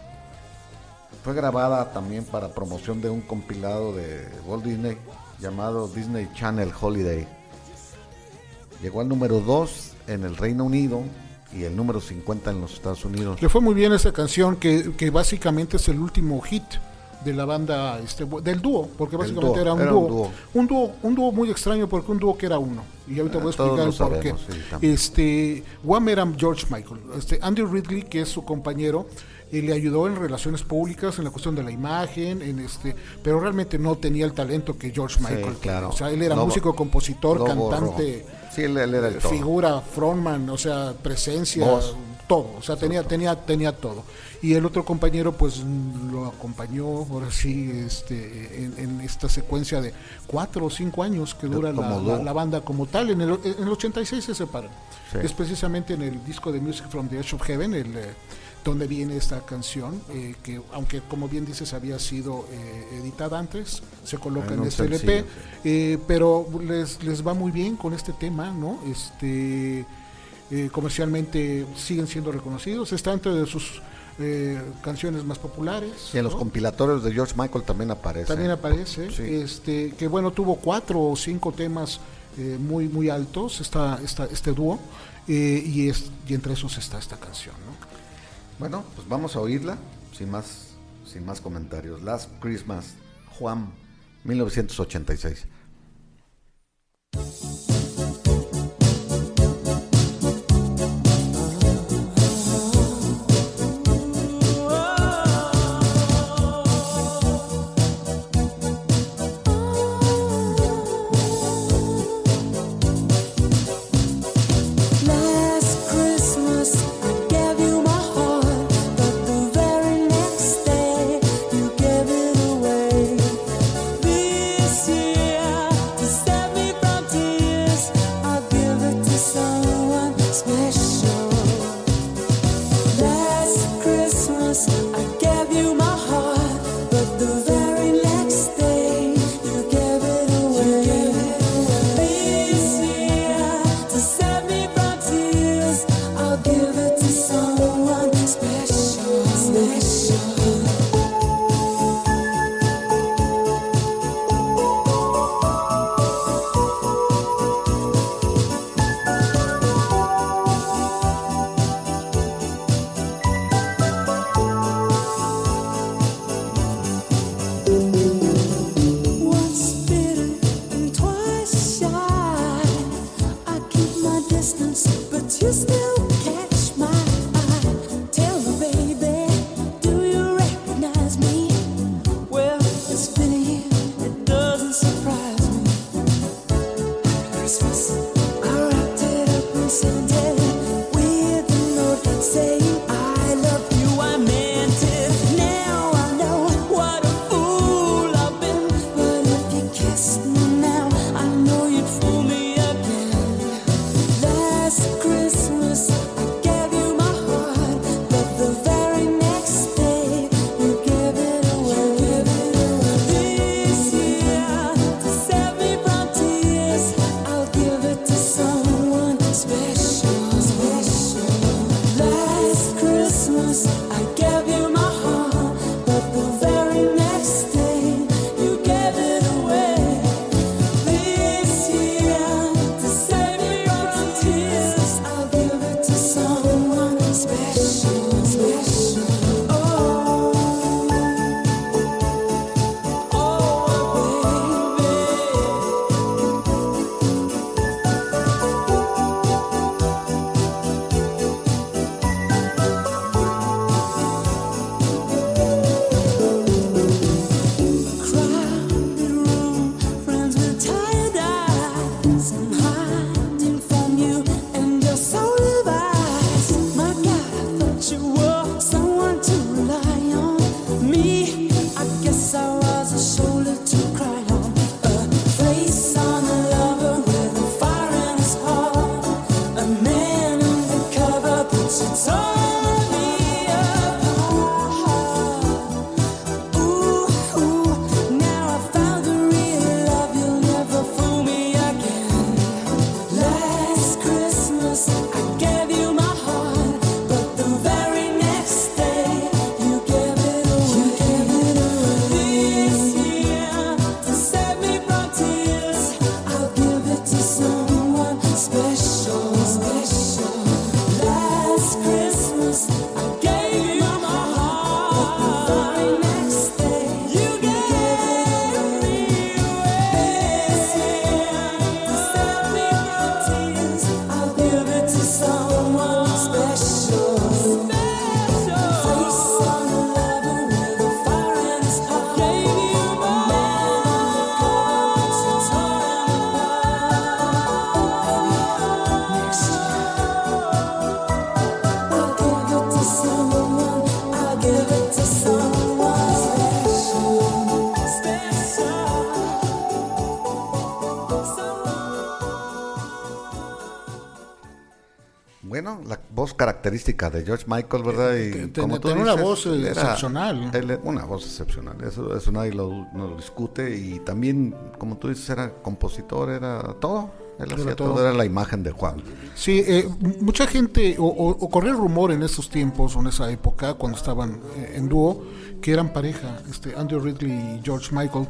Fue grabada también para promoción de un compilado de Walt Disney llamado Disney Channel Holiday. Llegó al número 2 en el Reino Unido y el número 50 en los Estados Unidos. Le fue muy bien esa canción que básicamente es el último hit de la banda, del dúo, porque básicamente era un dúo muy extraño, porque un dúo que era uno, y ahorita voy a explicar por qué. Sí, Wham era George Michael, Andy Ridley, que es su compañero, le ayudó en relaciones públicas, en la cuestión de la imagen, pero realmente no tenía el talento que George Michael claro. O sea, él era músico, compositor, cantante, sí, él era el figura, frontman, o sea, presencia, voz, todo, o sea, tenía todo. Y el otro compañero pues lo acompañó, ahora sí, en esta secuencia de 4 o 5 años que dura la banda como tal. En el 86 se separan. Sí. Es precisamente en el disco de Music from the Edge of Heaven, donde viene esta canción, que aunque como bien dices había sido editada antes, se coloca en este LP, sí. Pero les va muy bien con este tema, ¿no? Comercialmente siguen siendo reconocidos, está entre de sus canciones más populares. Y en los compilatorios de George Michael también aparece. Sí. Que bueno, tuvo 4 o 5 temas muy muy altos, este dúo, y entre esos está esta canción, ¿no? Bueno, pues vamos a oírla sin más comentarios. Last Christmas, Juan, 1986. Yeah. Bueno, la voz característica de George Michael, ¿verdad? Y como tú tiene dices, una voz excepcional. Una voz excepcional, eso nadie no lo discute. Y también, como tú dices, era compositor, era todo. Él hacía todo, era la imagen de Juan. Sí, mucha gente, o corría el rumor en esos tiempos, o en esa época, cuando estaban en dúo, que eran pareja, Andrew Ridgeley y George Michael.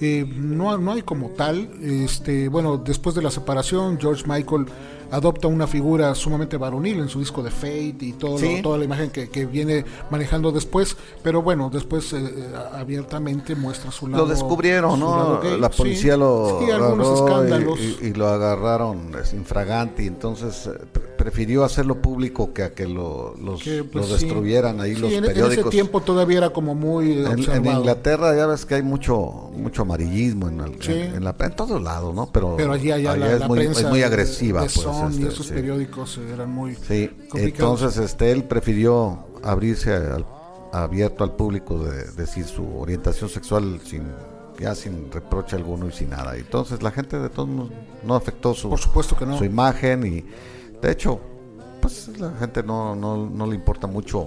No hay como tal. Bueno, después de la separación, George Michael adopta una figura sumamente varonil en su disco de Fate y toda la imagen que viene manejando después, pero bueno, después abiertamente muestra su lado. Lo descubrieron, ¿no? La policía lo algunos escándalos y lo agarraron infraganti, entonces prefirió hacerlo público que a que lo destruyeran ahí los periódicos. En ese tiempo todavía era como muy en Inglaterra ya ves que hay mucho amarillismo en todos lados, ¿no? Pero allá la prensa es muy agresiva, y esos periódicos eran muy complicados. Entonces él prefirió abrirse abierto al público, de decir su orientación sexual sin reproche alguno y sin nada. Entonces la gente de todos modos no afectó por supuesto que no, su imagen, y de hecho pues la gente no le importa mucho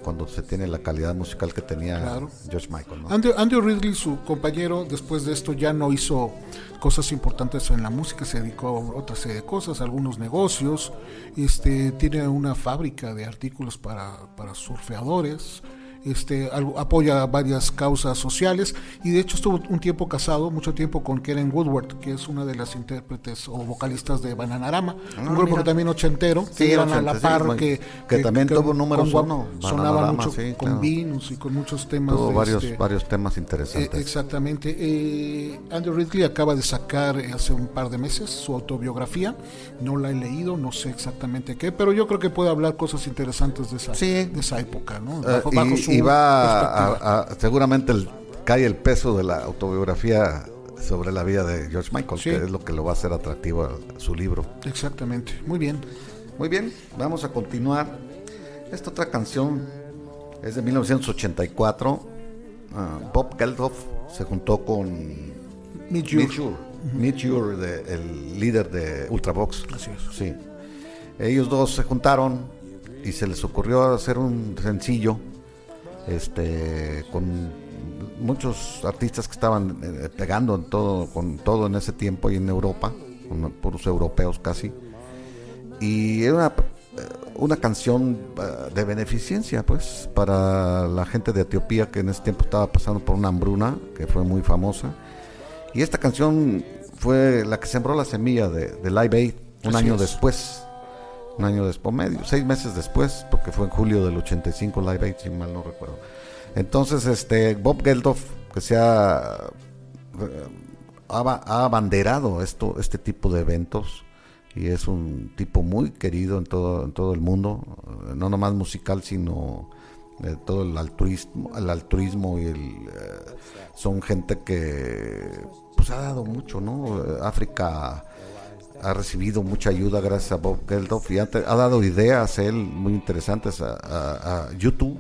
cuando se tiene la calidad musical que tenía Claro. George Michael, ¿no? Andy Ridley, su compañero, después de esto ya no hizo cosas importantes en la música, se dedicó a otra serie de cosas, algunos negocios, tiene una fábrica de artículos para surfeadores, apoya varias causas sociales y de hecho estuvo un tiempo casado, mucho tiempo con Karen Woodward, que es una de las intérpretes o vocalistas de Bananarama, un grupo que también ochentero, Sí, que eran a 80, la par, sí, que también tuvo números uno, sonaba Bananarama, mucho sí, con claro. Venus y con muchos temas. Tuvo varios temas interesantes. Exactamente. Andy Ridley acaba de sacar hace un par de meses su autobiografía. No la he leído, no sé exactamente qué, pero yo creo que puede hablar cosas interesantes de esa época, ¿no? Bajo su y va perspectiva. seguramente cae el peso de la autobiografía sobre la vida de George Michael, Sí. que es lo que lo va a hacer atractivo a su libro. Exactamente. Muy bien. Muy bien, vamos a continuar. Esta otra canción es de 1984. Bob Geldof se juntó con Midge Ure. Midge Ure, el líder de Ultravox. Así es. Sí. Ellos dos se juntaron y se les ocurrió hacer un sencillo con muchos artistas que estaban pegando con todo en ese tiempo y en Europa, con puros europeos casi. Y era una canción de beneficencia, pues, para la gente de Etiopía, que en ese tiempo estaba pasando por una hambruna que fue muy famosa. Y esta canción fue la que sembró la semilla de Live Aid un año después, 6 meses después, porque fue en julio del 85 Live Aid, si mal no recuerdo. Entonces, Bob Geldof, que ha abanderado este tipo de eventos, y es un tipo muy querido en todo el mundo, no nomás musical, sino todo el altruismo y son gente que pues ha dado mucho, ¿no? África ha recibido mucha ayuda gracias a Bob Geldof y ha dado ideas él muy interesantes a YouTube.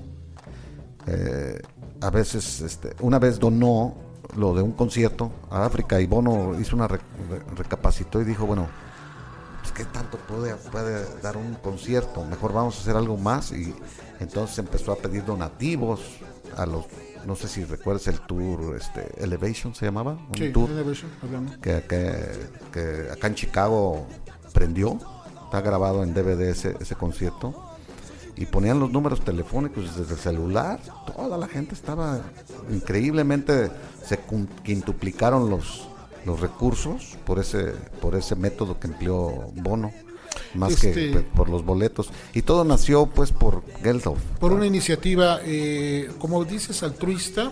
A veces, una vez donó lo de un concierto a África y Bono hizo recapacitó y dijo, bueno, pues qué tanto puede dar un concierto, mejor vamos a hacer algo más, y entonces empezó a pedir donativos a los, no sé si recuerdas el tour Elevation se llamaba, un tour Elevation, que acá en Chicago prendió, está grabado en DVD ese concierto, y ponían los números telefónicos desde el celular, toda la gente estaba increíblemente, se quintuplicaron los recursos por ese método que empleó Bono, más que por los boletos, y todo nació pues por Geldof, por una iniciativa como dices altruista,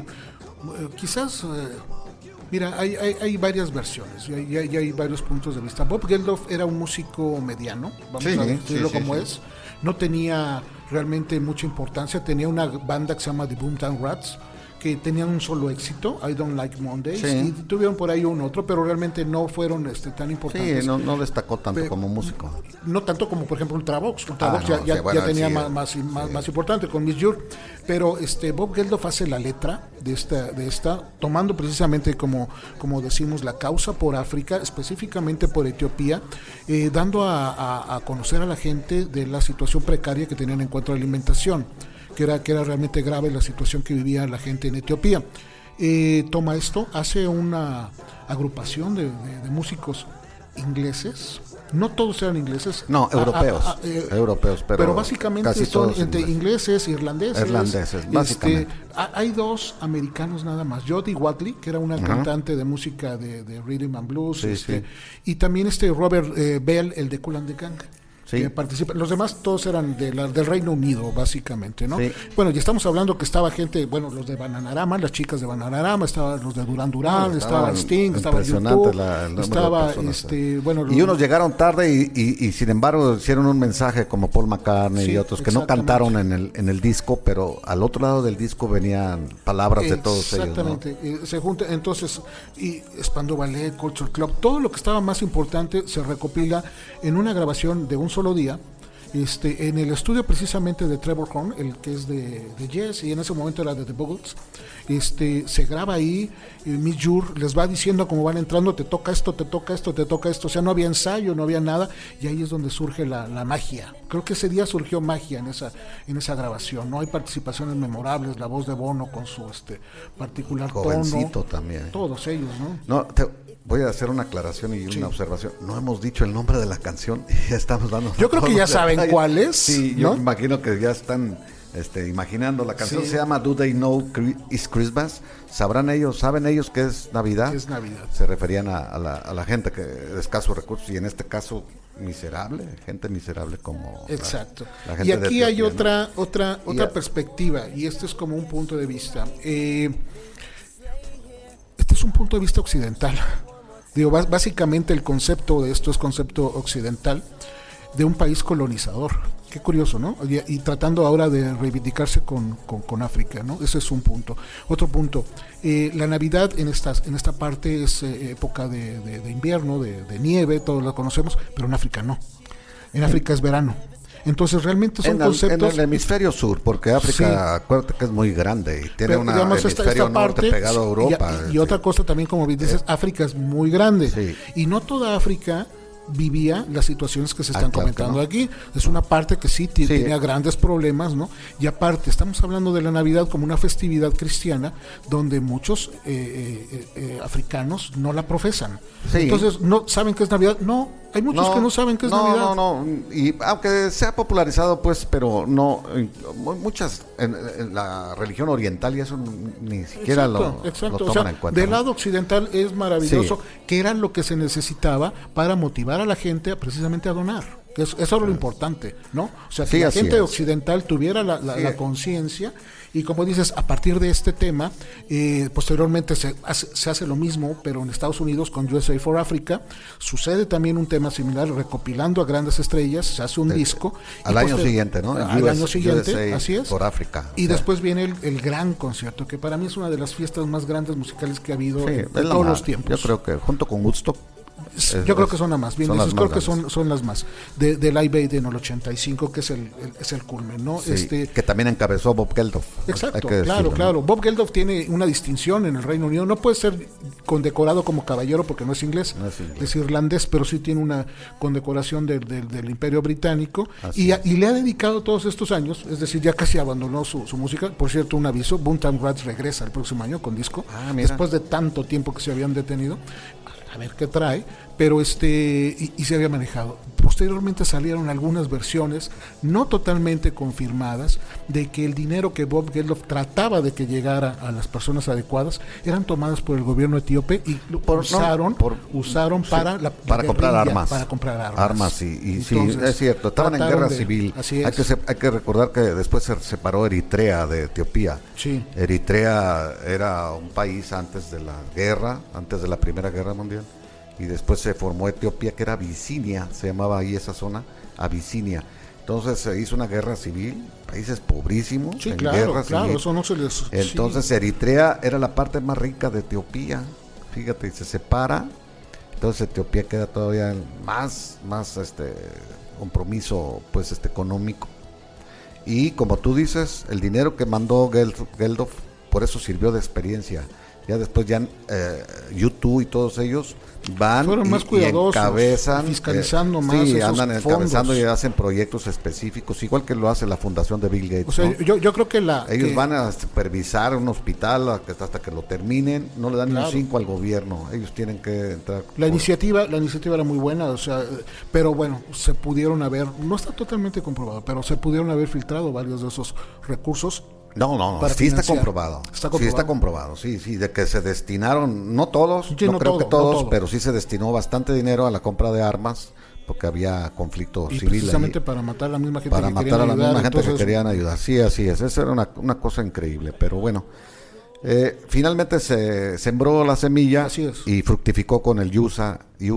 quizás mira, hay varias versiones y hay varios puntos de vista. Bob Geldof era un músico mediano, vamos a decirlo como es, no tenía realmente mucha importancia, tenía una banda que se llama The Boomtown Rats, que tenían un solo éxito, I Don't Like Mondays, y tuvieron por ahí un otro, pero realmente no fueron tan importantes. Sí, no destacó tanto como músico. No tanto como, por ejemplo, Ultravox. Ultravox ya tenía más importante con Midge Ure, pero Bob Geldof hace la letra de esta tomando precisamente como decimos la causa por África, específicamente por Etiopía, dando a conocer a la gente de la situación precaria que tenían en cuanto a alimentación, que era realmente grave la situación que vivía la gente en Etiopía. Toma esto, hace una agrupación de músicos ingleses, no todos eran ingleses, europeos, pero básicamente son entre ingleses, irlandeses, básicamente. Hay dos americanos nada más, Jody Watley, que era una cantante de música de rhythm and blues, y también Robert Bell, el de Kool and the Gang. Que participa. Los demás todos eran del Reino Unido, básicamente, ¿no? Sí. Bueno, ya estamos hablando que estaba gente, bueno, los de Bananarama, las chicas de Bananarama, estaban los de Duran Duran, estaba Sting, estaba YouTube, estaba y unos llegaron tarde y sin embargo hicieron un mensaje como Paul McCartney y otros que no cantaron en el disco, pero al otro lado del disco venían palabras de todos ellos, ¿no? Exactamente, se junta entonces, y Spandau Ballet, Culture Club, todo lo que estaba más importante se recopila en una grabación de un solo día, en el estudio precisamente de Trevor Horn, el que es de Yes, y en ese momento era de The Buggles, se graba ahí, Miss Jur les va diciendo cómo van entrando, te toca esto, te toca esto, te toca esto, o sea, no había ensayo, no había nada, y ahí es donde surge la magia. Creo que ese día surgió magia en esa grabación, ¿no? Hay participaciones memorables, la voz de Bono con su particular Jovencito tono. también. Todos ellos, ¿no? No, voy a hacer una aclaración y una observación. No hemos dicho el nombre de la canción y ya estamos dando. Yo creo que ya saben cuál es. Sí, ¿no? yo me imagino que ya están imaginando. La canción se llama Do They Know It's Christmas. Saben ellos que es Navidad. Es Navidad. Se referían a la gente que de escasos recursos y en este caso gente miserable como exacto. la gente y aquí de hay Etiopía, otra perspectiva, y este es como un punto de vista. Este es un punto de vista occidental. Digo, básicamente el concepto de esto es concepto occidental de un país colonizador. Qué curioso, ¿no? Y tratando ahora de reivindicarse con África, ¿no? Ese es un punto. Otro punto, la Navidad en esta parte es época de invierno, de nieve, todos lo conocemos, pero en África no. En África es verano. Entonces realmente son conceptos... En el hemisferio sur, porque África, acuérdate que es muy grande y tiene un hemisferio esta norte parte, pegado a Europa. Y otra cosa también, como dices, África es muy grande. Sí. Y no toda África vivía las situaciones que se están comentando no. aquí. Es una parte que sí tenía grandes problemas, ¿no? Y aparte, estamos hablando de la Navidad como una festividad cristiana donde muchos africanos no la profesan. Sí. Entonces, ¿no saben qué es Navidad? No, hay muchos que no saben qué es Navidad. No, y aunque se ha popularizado, pues, pero no, muchas, en la religión oriental y eso ni siquiera lo toman en cuenta. Del lado occidental es maravilloso, que era lo que se necesitaba para motivar a la gente precisamente a donar. Eso era lo importante, ¿no? O sea, que la gente occidental tuviera la conciencia. Y como dices, a partir de este tema, posteriormente se hace lo mismo, pero en Estados Unidos con USA for Africa, sucede también un tema similar, recopilando a grandes estrellas, se hace un disco. Al año siguiente, ¿no? Al año siguiente, USA así es. Por África. Y después viene el gran concierto, que para mí es una de las fiestas más grandes musicales que ha habido en todos los tiempos. Yo creo que junto con Woodstock, yo creo que son las más, bien dices, creo que son las más de Live Aid en el 85, que es el culmen, ¿no? Sí, que también encabezó Bob Geldof. Exacto, claro. Bob Geldof tiene una distinción en el Reino Unido, no puede ser condecorado como caballero porque no es inglés, es irlandés, pero sí tiene una condecoración del Imperio Británico y le ha dedicado todos estos años, es decir, ya casi abandonó su música. Por cierto, un aviso, Boomtown Rats regresa el próximo año con disco, después de tanto tiempo que se habían detenido. A ver qué trae, pero y se había manejado. Posteriormente salieron algunas versiones no totalmente confirmadas de que el dinero que Bob Geldof trataba de que llegara a las personas adecuadas eran tomadas por el gobierno etíope y usaron para comprar armas. Para comprar armas. Armas, y sí, es cierto, estaban en guerra civil. Así es. Hay que recordar que después se separó Eritrea de Etiopía. Sí. Eritrea era un país antes de la guerra, antes de la Primera Guerra Mundial. Y después se formó Etiopía, que era Abisinia, se llamaba ahí esa zona, Abisinia. Entonces se hizo una guerra civil, países pobrísimos, sí, en claro, guerra civil. Eso no se les... Entonces Eritrea era la parte más rica de Etiopía, fíjate, y se separa. Entonces Etiopía queda todavía en más compromiso, pues, económico. Y como tú dices, el dinero que mandó Geldof, por eso sirvió de experiencia. Ya después YouTube y todos ellos fueron más cuidadosos, y encabezan, fiscalizando más esos andan encabezando fondos. Y hacen proyectos específicos, igual que lo hace la fundación de Bill Gates. O sea, ¿no? yo creo que ellos van a supervisar un hospital hasta que lo terminen, no le dan ni un 5 al gobierno, ellos tienen que entrar. La iniciativa era muy buena, o sea, pero bueno, se pudieron haber, no está totalmente comprobado, pero se pudieron haber filtrado varios de esos recursos. No, sí está comprobado. Sí está comprobado, sí, de que se destinaron, no todos, no creo que todos, pero sí se destinó bastante dinero a la compra de armas, porque había conflicto civil precisamente ahí, para matar a la misma gente que querían ayudar. Sí, así es, eso era una cosa increíble, pero bueno. Finalmente se sembró la semilla y fructificó con el USA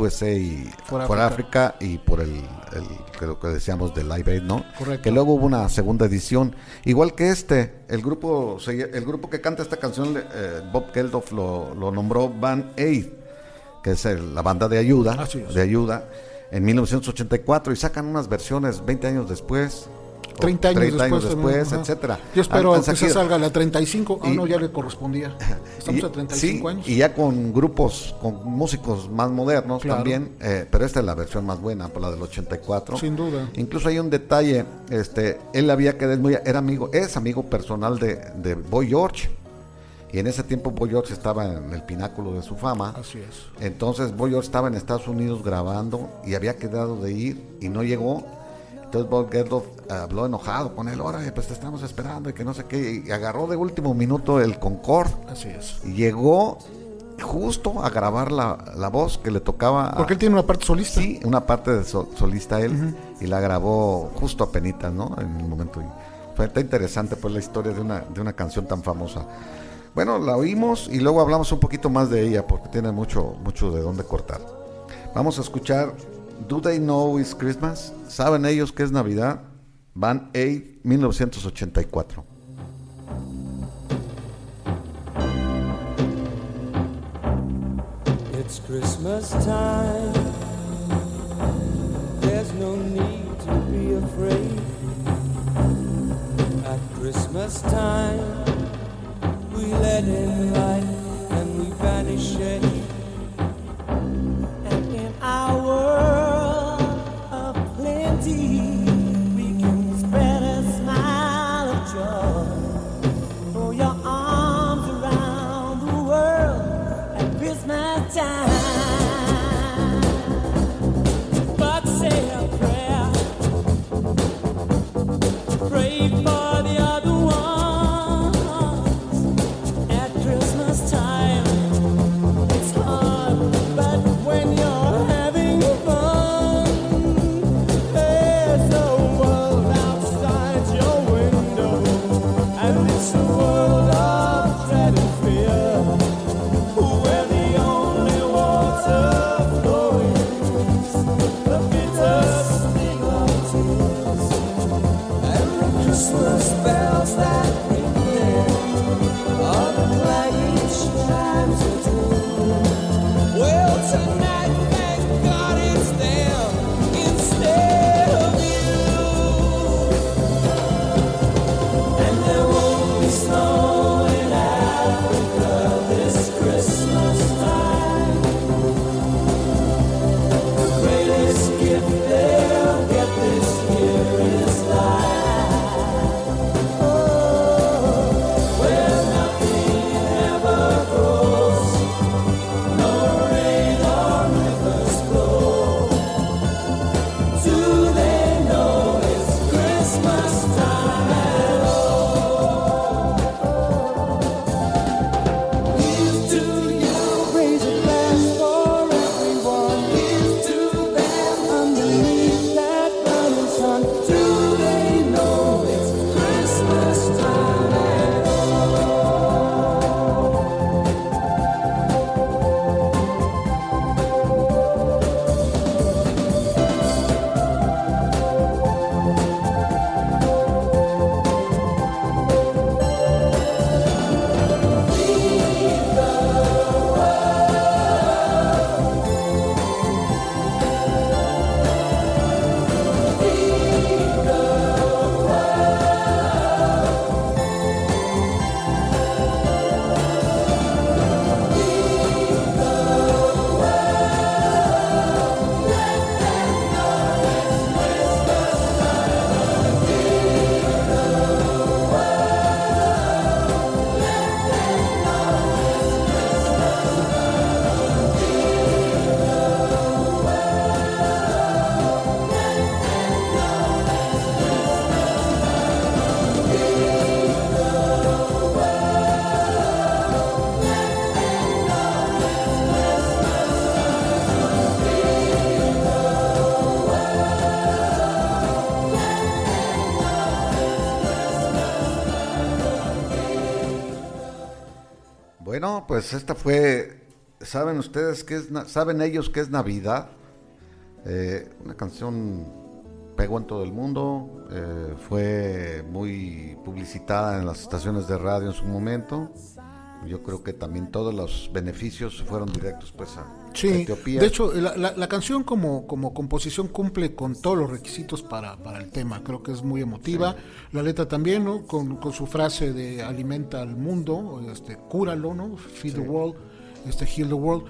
for Africa y por el lo que decíamos del Live Aid, ¿no? Correcto. Que luego hubo una segunda edición, igual que el grupo que canta esta canción, Bob Geldof lo nombró Band Aid, que es la banda de ayuda, en 1984 y sacan unas versiones 20 años después. 30 años después, también, etcétera. Yo espero que se salga la 35. No, ya le correspondía. Estamos a 35 años. Y ya con grupos, con músicos más modernos, claro, también, pero esta es la versión más buena, por la del 84. Sin duda. Incluso hay un detalle, él había quedado es amigo personal de Boy George. Y en ese tiempo Boy George estaba en el pináculo de su fama. Así es. Entonces Boy George estaba en Estados Unidos grabando y había quedado de ir y no llegó. Entonces Bob Geldof habló enojado con él, órale, pues te estamos esperando y que no sé qué, y agarró de último minuto el Concorde. Así es. Y llegó justo a grabar la voz que le tocaba. Porque él tiene una parte solista. Sí, una parte de solista él, y la grabó justo a penitas, ¿no? En el momento. Y fue tan interesante pues la historia de una canción tan famosa. Bueno, la oímos y luego hablamos un poquito más de ella porque tiene mucho de dónde cortar. Vamos a escuchar Do They Know It's Christmas? ¿Saben ellos que es Navidad? Band Aid, 1984. It's Christmas time. There's no need to be afraid. At Christmas time, we let in light and we banish shade. And in our world of plenty, we can spread a smile of joy. Throw your arms around the world at Christmas time. But say a prayer, pray for the other ones at Christmas time. It's hard, but when you're having fun, there's a world outside your window, and it's a world of dread and fear, where the only water flowing is the bitter sting of tears, and the Christmas bells that ring there are the clanging chimes of doom. Well, tonight, thank God it's them instead of you. And there won't be snow in Africa this Christmas time. The greatest gift they'll get this year is life. Oh, where nothing ever grows, no rain or rivers flow. Do they know it's Christmas time at all? Here's to you, raise a glass for everyone. Here's to them underneath that burning sun. Do they know it's Christmas time at Bueno, pues esta fue, ¿saben ustedes qué es, saben ellos qué es Navidad? Una canción pegó en todo el mundo, fue muy publicitada en las estaciones de radio en su momento, yo creo que también todos los beneficios fueron directos pues a Sí, Etiopía. de hecho la canción como composición cumple con todos los requisitos para el tema, creo que es muy emotiva, la letra también, ¿no? Con su frase de alimenta al mundo, cúralo, ¿no? Feed the world, heal the world,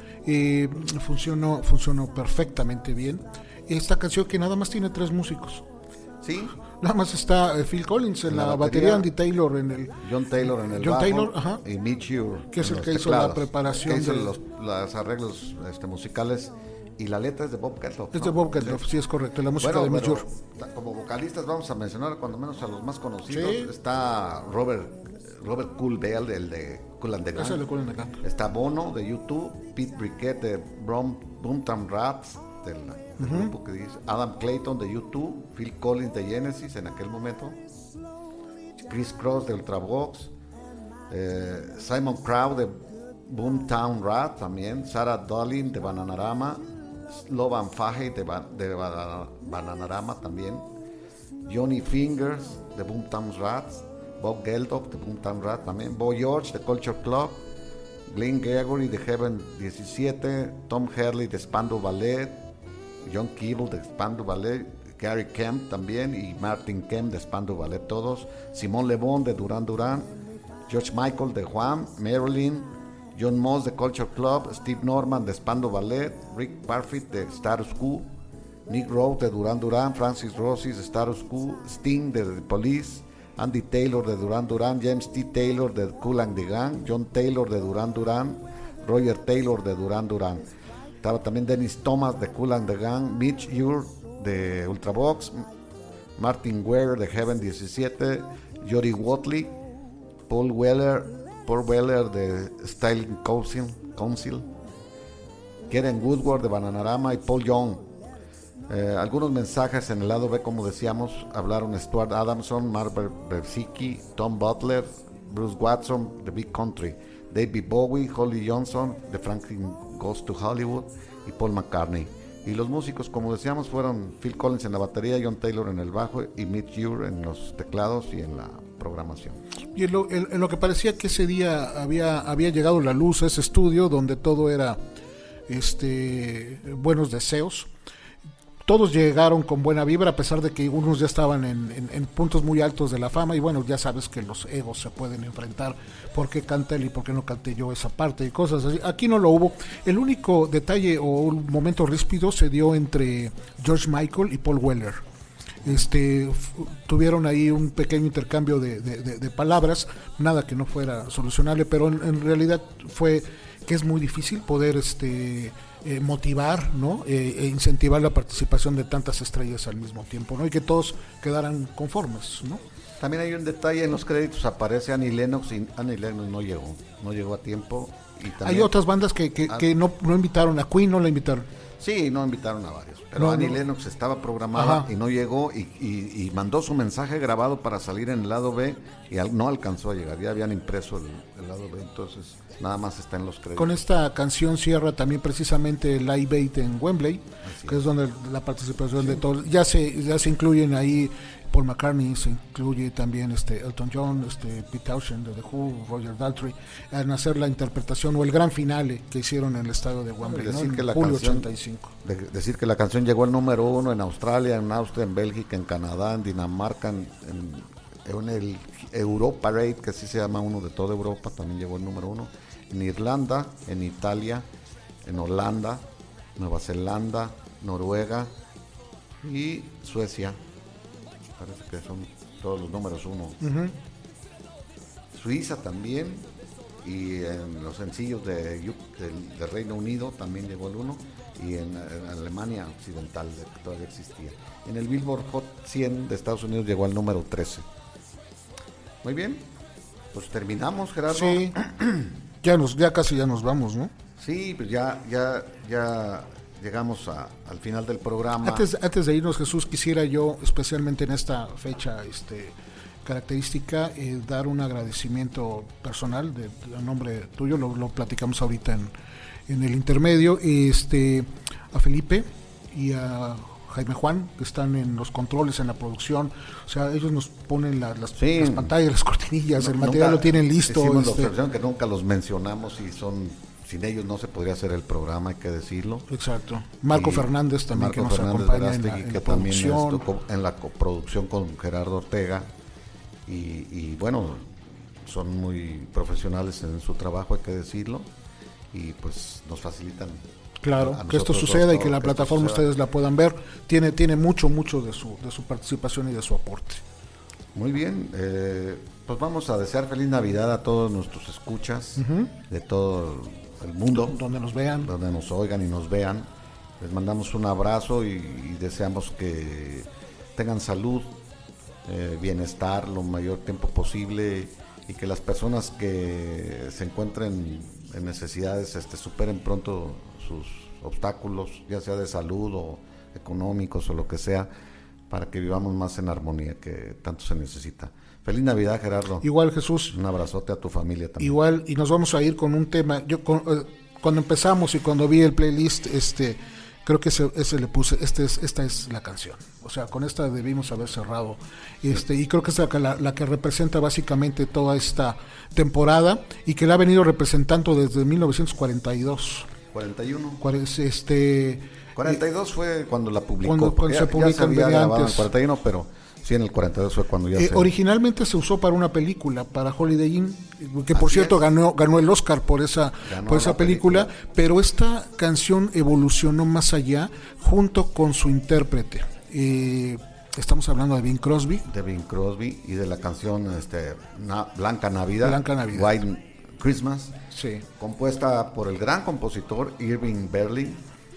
funcionó perfectamente bien. Esta canción que nada más tiene 3 músicos. Sí. Nada más está Phil Collins en la batería, Andy Taylor en el... John Taylor en el John bajo, Taylor, ajá. y Mitch Ure que es en el los que hizo teclados, la preparación que hizo de... los arreglos musicales, y la letra es de Bob Geldof. Es de Bob Geldof, sí es correcto, la música bueno, de Mitch Ure. Como vocalistas vamos a mencionar cuando menos a los más conocidos. Sí. Está Robert Kool Bell, el de Kool and the Gang. Ese le Kool and the Gang. Está Bono de YouTube, Pete Briquet de Boomtown Rats, del grupo que dice, Adam Clayton de YouTube, Phil Collins de Genesis en aquel momento, Chris Cross de Ultravox, Simon Crowe de Boomtown Rats también, Sarah Dallin de Bananarama, Slovan Fahey de Bananarama también, Johnny Fingers de Boomtown Rats, Bob Geldof de Boomtown Rats también, Bo George de Culture Club, Glenn Gregory de Heaven 17, Tom Hurley de Spandau Ballet, John Keeble de Spandau Ballet, Gary Kemp también y Martin Kemp de Spandau Ballet, todos, Simon Le Bon de Duran Duran, George Michael de Juan, Marilyn, John Moss de Culture Club, Steve Norman de Spandau Ballet, Rick Parfitt de Status Quo, Nick Rowe de Duran Duran, Francis Rossi de Status Quo, Sting de The Police, Andy Taylor de Duran Duran, James T. Taylor de Kool and the Gang, John Taylor de Duran Duran, Roger Taylor de Duran Duran. Estaba también Dennis Thomas de Kool and the Gang, Mitch Ure de Ultravox, Martin Ware de Heaven 17, Jody Watley, Paul Weller de Styling Council, Karen Woodward de Bananarama y Paul Young. Algunos mensajes en el lado B, como decíamos, hablaron Stuart Adamson, Mark Bersicki, Tom Butler, Bruce Watson de Big Country, David Bowie, Holly Johnson de Franklin Goes to Hollywood y Paul McCartney. Y los músicos, como decíamos, fueron Phil Collins en la batería, John Taylor en el bajo y Mitch Ure en los teclados y en la programación. Y en lo que parecía que ese día había llegado la luz a ese estudio donde todo era buenos deseos. Todos llegaron con buena vibra, a pesar de que unos ya estaban en puntos muy altos de la fama, y bueno, ya sabes que los egos se pueden enfrentar, por qué canta él y por qué no canté yo esa parte y cosas así. Aquí no lo hubo. El único detalle o un momento ríspido se dio entre George Michael y Paul Weller. Tuvieron ahí un pequeño intercambio de palabras, nada que no fuera solucionable, pero en realidad fue que es muy difícil poder motivar, ¿no? E incentivar la participación de tantas estrellas al mismo tiempo, ¿no? Y que todos quedaran conformes, ¿no? También hay un detalle en los créditos, aparece Annie Lennox y Annie Lennox no llegó a tiempo. Y también, hay otras bandas que no invitaron, a Queen no la invitaron. Sí, no invitaron a varios, pero Annie Lennox estaba programada y no llegó y mandó su mensaje grabado para salir en el lado B y no alcanzó a llegar, ya habían impreso el lado B, entonces nada más está en los créditos. Con esta canción cierra también precisamente el Live Aid en Wembley, que es donde la participación de todos, ya se incluyen ahí Paul McCartney, se incluye también Elton John, Pete Townshend de The Who, Roger Daltrey, en hacer la interpretación o el gran finale que hicieron en el estadio de Wembley, ¿no? En julio 85. Decir que la canción llegó al número 1 en Australia, en Austria, en Bélgica, en Canadá, en Dinamarca, en el Europa Parade, que así se llama uno de toda Europa, también llegó el número 1, en Irlanda, en Italia, en Holanda, Nueva Zelanda, Noruega y Suecia. Parece que son todos los números 1. Suiza también, y en los sencillos de Reino Unido también llegó el 1, y en Alemania Occidental que todavía existía. En el Billboard Hot 100 de Estados Unidos llegó al número 13. Muy bien, pues terminamos, Gerardo. Sí, ya casi nos vamos, ¿no? Sí, pues ya llegamos al final del programa. Antes de irnos, Jesús, quisiera yo, especialmente en esta fecha característica, dar un agradecimiento personal a nombre tuyo, lo platicamos ahorita en el intermedio, a Felipe y a Jaime Juan, que están en los controles, en la producción. O sea, ellos nos ponen las pantallas, las cortinillas, el material lo tienen listo. Hicimos la observación que nunca los mencionamos y sin ellos no se podría hacer el programa, hay que decirlo. Exacto. Marco Fernández también, Marco que nos Fernández acompaña Verástegui, en que la también producción. estuvo en la coproducción con Gerardo Ortega. Y bueno, son muy profesionales en su trabajo, hay que decirlo. Y pues nos facilitan. Claro, que esto suceda y que la plataforma ustedes la puedan ver. Tiene mucho de su participación y de su aporte. Muy bien, pues vamos a desear feliz Navidad a todos nuestros escuchas de todo el mundo. Donde nos vean. Donde nos oigan y nos vean. Les mandamos un abrazo y deseamos que tengan salud, bienestar lo mayor tiempo posible y que las personas que se encuentren en necesidades superen pronto sus obstáculos, ya sea de salud o económicos o lo que sea, para que vivamos más en armonía, que tanto se necesita. Feliz Navidad, Gerardo. Igual, Jesús. Un abrazote a tu familia también. Igual, y nos vamos a ir con un tema. Yo cuando empezamos y cuando vi el playlist, creo que ese le puse, esta es la canción. O sea, con esta debimos haber cerrado. Y creo que es la que representa básicamente toda esta temporada y que la ha venido representando desde 1942. 41. 42 fue cuando la publicó. Cuando se publicó, ya se había grabado en el 41, pero sí, en el 42 fue cuando ya originalmente se usó para una película, para Holiday Inn, que por cierto ganó el Oscar por esa película, pero esta canción evolucionó más allá junto con su intérprete. Estamos hablando de Bing Crosby. De Bing Crosby y de la canción Blanca Navidad. White Christmas. Sí. Compuesta por el gran compositor Irving Berlin,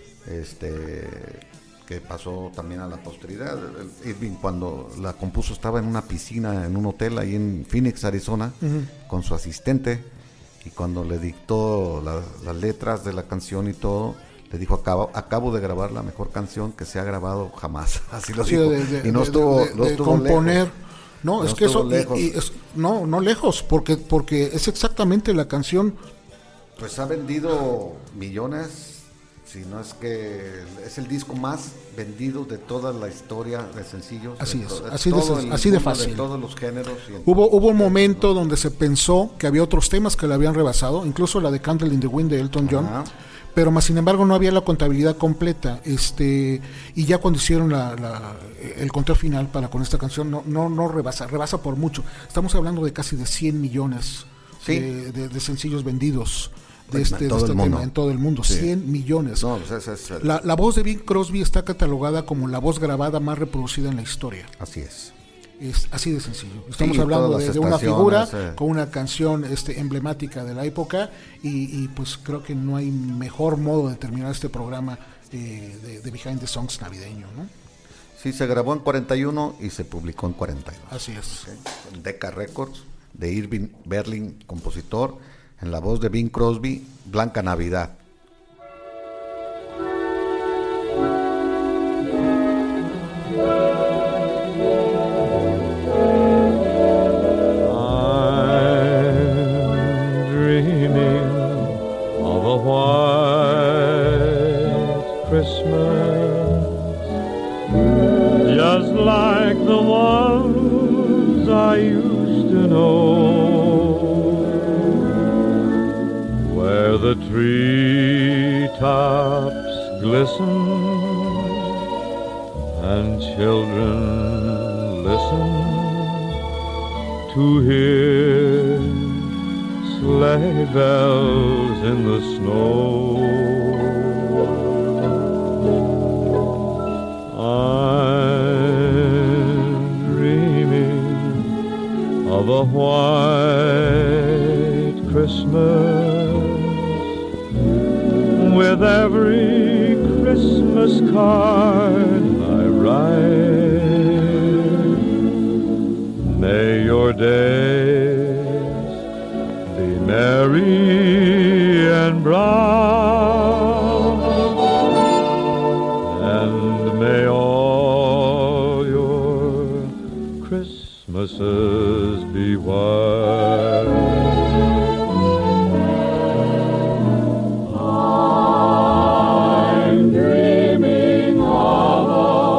que pasó también a la posteridad. Irving, cuando la compuso, estaba en una piscina en un hotel ahí en Phoenix, Arizona, con su asistente, y cuando le dictó las letras de la canción y todo, le dijo: acabo de grabar la mejor canción que se ha grabado jamás. Así lo dijo. Y no estuvo componer lejos. No, no es que eso lejos. No lejos, porque es exactamente la canción. Pues ha vendido millones, si no es que es el disco más vendido de toda la historia de sencillos. Así de fácil. De todos los géneros. Hubo un momento donde se pensó que había otros temas que le habían rebasado, incluso la de Candle in the Wind de Elton John. Pero más sin embargo no había la contabilidad completa, y ya cuando hicieron el conteo final con esta canción no rebasa por mucho. Estamos hablando de casi de 100 millones de sencillos vendidos de este tema en todo el mundo. Sí. 100 millones. No, pues la voz de Bing Crosby está catalogada como la voz grabada más reproducida en la historia. Así es. Es así de sencillo. Estamos hablando de una figura con una canción emblemática de la época y pues creo que no hay mejor modo de terminar este programa de Behind the Songs navideño, ¿no? Sí, se grabó en 41 y se publicó en 42. Así es. En Decca Records, de Irving Berlin, compositor, en la voz de Bing Crosby, Blanca Navidad. Just like the ones I used to know, where the treetops glisten and children listen to hear sleigh bells in the snow. I'm dreaming of a white Christmas, with every Christmas card I write. May your days be merry and bright, and may all your Christmases be white. I'm dreaming of a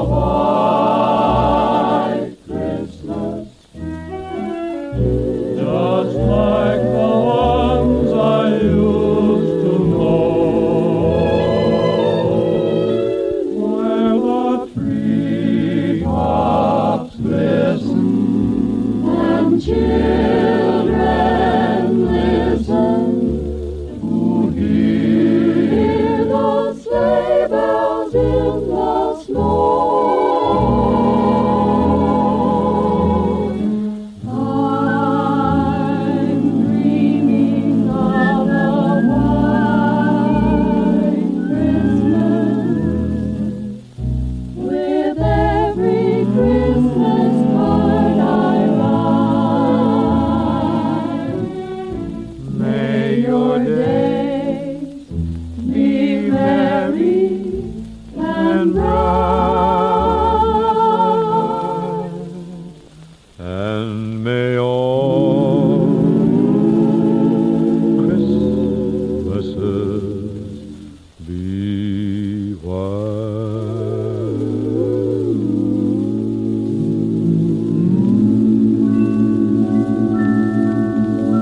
be wild.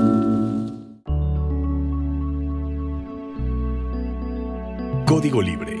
Código Libre.